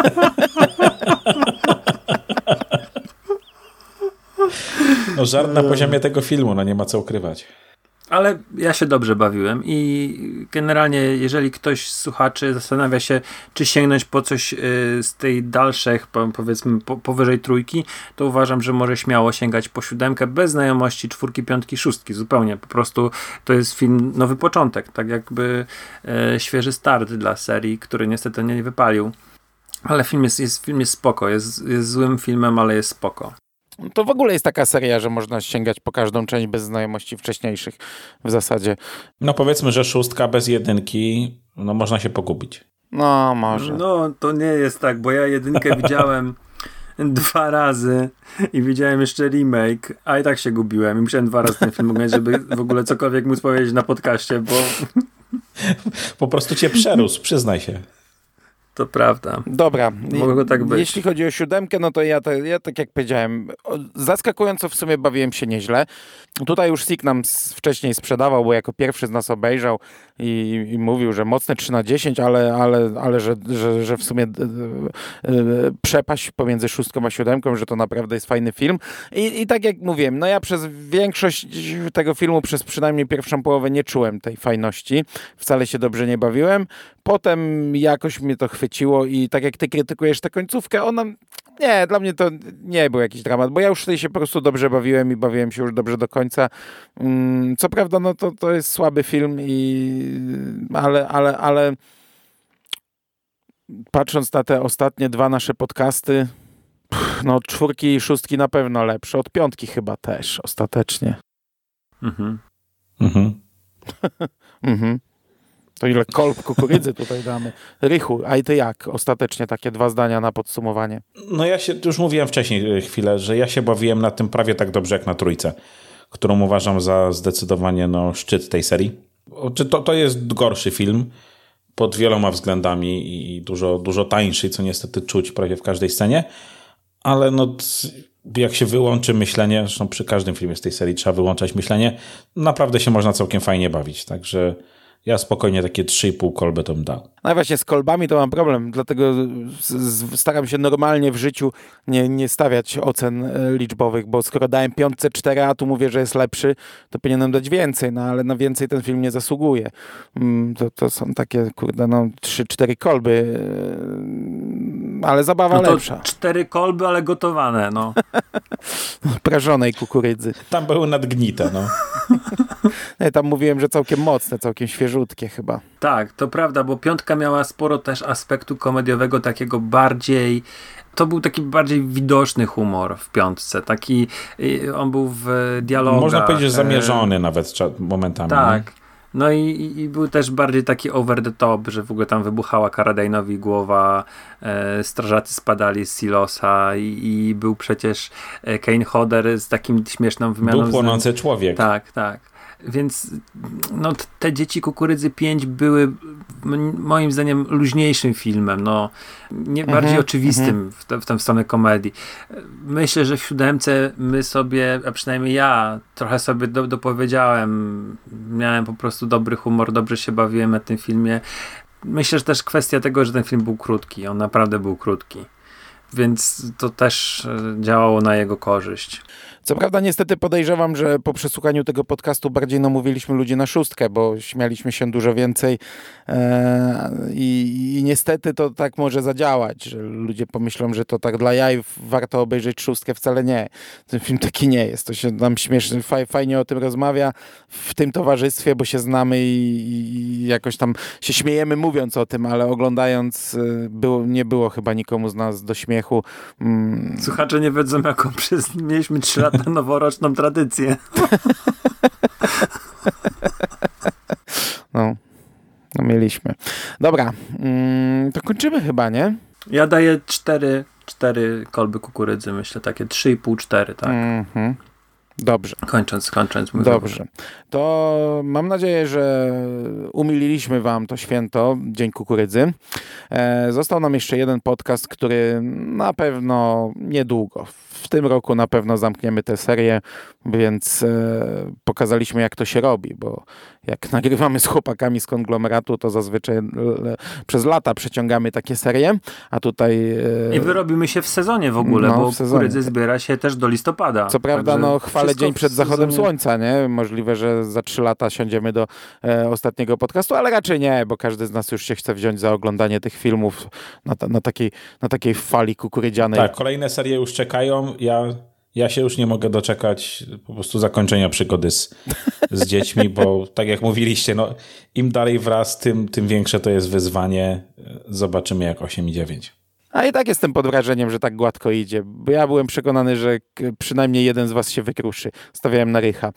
Żart na poziomie tego filmu, nie ma co ukrywać. Ale ja się dobrze bawiłem i generalnie jeżeli ktoś z słuchaczy zastanawia się, czy sięgnąć po coś z tej dalszych, powiedzmy powyżej 3, to uważam, że może śmiało sięgać po 7 bez znajomości 4, 5, 6 zupełnie. Po prostu to jest film, nowy początek, tak jakby świeży start dla serii, który niestety nie wypalił. Ale film jest spoko, jest złym filmem, ale jest spoko. To w ogóle jest taka seria, że można sięgać po każdą część bez znajomości wcześniejszych w zasadzie. No powiedzmy, że 6 bez 1, można się pogubić. No może. No to nie jest tak, bo ja 1 widziałem 2 razy i widziałem jeszcze remake, a i tak się gubiłem i musiałem 2 razy ten film oglądać, żeby w ogóle cokolwiek móc powiedzieć na podcaście, bo... Po prostu cię przerósł, przyznaj się. To prawda. Dobra, Mogło tak być. Jeśli chodzi o 7, no to ja tak jak powiedziałem, zaskakująco w sumie bawiłem się nieźle. Tutaj już Sik nam wcześniej sprzedawał, bo jako pierwszy z nas obejrzał i mówił, że mocne 3/10, ale że w sumie przepaść pomiędzy 6 a 7, że to naprawdę jest fajny film. I tak jak mówiłem, no ja przez większość tego filmu, przez przynajmniej pierwszą połowę nie czułem tej fajności. Wcale się dobrze nie bawiłem. Potem jakoś mnie to chwyciło i tak jak ty krytykujesz tę końcówkę, ona... Nie, dla mnie to nie był jakiś dramat, bo ja już tutaj się po prostu dobrze bawiłem i bawiłem się już dobrze do końca. Co prawda, no to jest słaby film, ale patrząc na te ostatnie 2 nasze podcasty, no od 4 i 6 na pewno lepsze, od 5 chyba też ostatecznie. Mhm. To ile kolb kukurydzy tutaj damy. Rychu, a i ty jak? Ostatecznie takie 2 zdania na podsumowanie. No ja już mówiłem wcześniej chwilę, że ja się bawiłem na tym prawie tak dobrze jak na Trójce, którą uważam za zdecydowanie szczyt tej serii. To jest gorszy film pod wieloma względami i dużo tańszy, co niestety czuć prawie w każdej scenie, ale jak się wyłączy myślenie, zresztą przy każdym filmie z tej serii trzeba wyłączać myślenie, naprawdę się można całkiem fajnie bawić, także ja spokojnie takie 3,5 kolby to bym dał. No i właśnie z kolbami to mam problem, dlatego staram się normalnie w życiu nie stawiać ocen liczbowych, bo skoro dałem 5 4, a tu mówię, że jest lepszy, to powinienem dać więcej, no ale na więcej ten film nie zasługuje. To są takie, 3-4 kolby, ale zabawa lepsza. 4 kolby, ale gotowane, no. Prażonej kukurydzy. Tam były nadgnite, Nie, tam mówiłem, że całkiem mocne, całkiem świeżutkie chyba. Tak, to prawda, bo 5 miała sporo też aspektu komediowego, takiego bardziej... To był taki bardziej widoczny humor w 5. Taki, on był w dialogach. Można powiedzieć, że zamierzony nawet momentami. Tak. No i był też bardziej taki over the top, że w ogóle tam wybuchała Carradine'owi głowa, strażacy spadali z silosa i był przecież Kane Hodder z takim śmieszną wymianą. Był płonący człowiek. Tak. Więc te Dzieci Kukurydzy 5 były moim zdaniem luźniejszym filmem, bardziej oczywistym w stronę komedii. Myślę, że w 7 my sobie, a przynajmniej ja, trochę sobie dopowiedziałem, miałem po prostu dobry humor, dobrze się bawiłem na tym filmie. Myślę, że też kwestia tego, że ten film był krótki, on naprawdę był krótki. Więc to też działało na jego korzyść. Co prawda niestety podejrzewam, że po przesłuchaniu tego podcastu bardziej namówiliśmy ludzi na 6, bo śmialiśmy się dużo więcej i niestety to tak może zadziałać, że ludzie pomyślą, że to tak dla jaj warto obejrzeć 6, wcale nie. Ten film taki nie jest. To się nam śmiesznie, fajnie o tym rozmawia w tym towarzystwie, bo się znamy i jakoś tam się śmiejemy mówiąc o tym, ale oglądając nie było chyba nikomu z nas do śmiechu. Słuchacze nie wiedzą, jaką mieliśmy 3 lata noworoczną tradycję. No mieliśmy. Dobra, to kończymy chyba, nie? Ja daję 4 kolby kukurydzy, myślę, takie 3,5, 4, tak. Dobrze. Kończąc. Dobrze. To mam nadzieję, że umililiśmy wam to święto, Dzień Kukurydzy. Został nam jeszcze jeden podcast, który na pewno niedługo. W tym roku na pewno zamkniemy tę serię, więc pokazaliśmy, jak to się robi, bo jak nagrywamy z chłopakami z konglomeratu, to zazwyczaj przez lata przeciągamy takie serie, a tutaj... I wyrobimy się w sezonie w ogóle, bo kukurydzy zbiera się też do listopada. Co prawda, chwalę dzień przed zachodem słońca, nie? Możliwe, że za 3 lata siądziemy do ostatniego podcastu, ale raczej nie, bo każdy z nas już się chce wziąć za oglądanie tych filmów na takiej fali kukurydzianej. Tak, kolejne serie już czekają. Ja się już nie mogę doczekać po prostu zakończenia przygody z dziećmi, bo tak jak mówiliście, im dalej wraz, tym większe to jest wyzwanie. Zobaczymy jak 8 i 9. A i tak jestem pod wrażeniem, że tak gładko idzie, bo ja byłem przekonany, że przynajmniej jeden z was się wykruszy. Stawiałem na Rycha.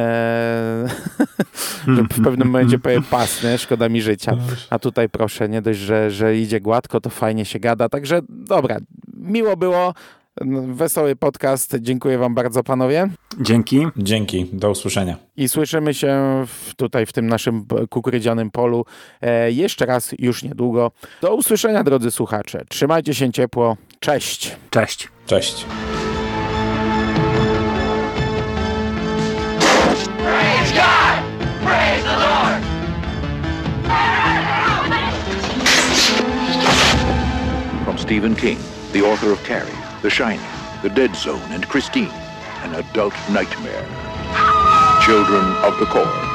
Że w pewnym momencie powiem pasny, szkoda mi życia. A tutaj proszę, nie dość, że idzie gładko, to fajnie się gada. Także dobra, miło było. Wesoły podcast. Dziękuję wam bardzo, panowie. Dzięki. Dzięki, do usłyszenia. I słyszymy się tutaj w tym naszym kukurydzianym polu jeszcze raz już niedługo. Do usłyszenia, drodzy słuchacze. Trzymajcie się ciepło. Cześć. Cześć. Cześć. Praise God! Praise the Lord! From Stephen King, the author of Carrie, The Shining, The Dead Zone, and Christine, An Adult Nightmare. Children of the Corn.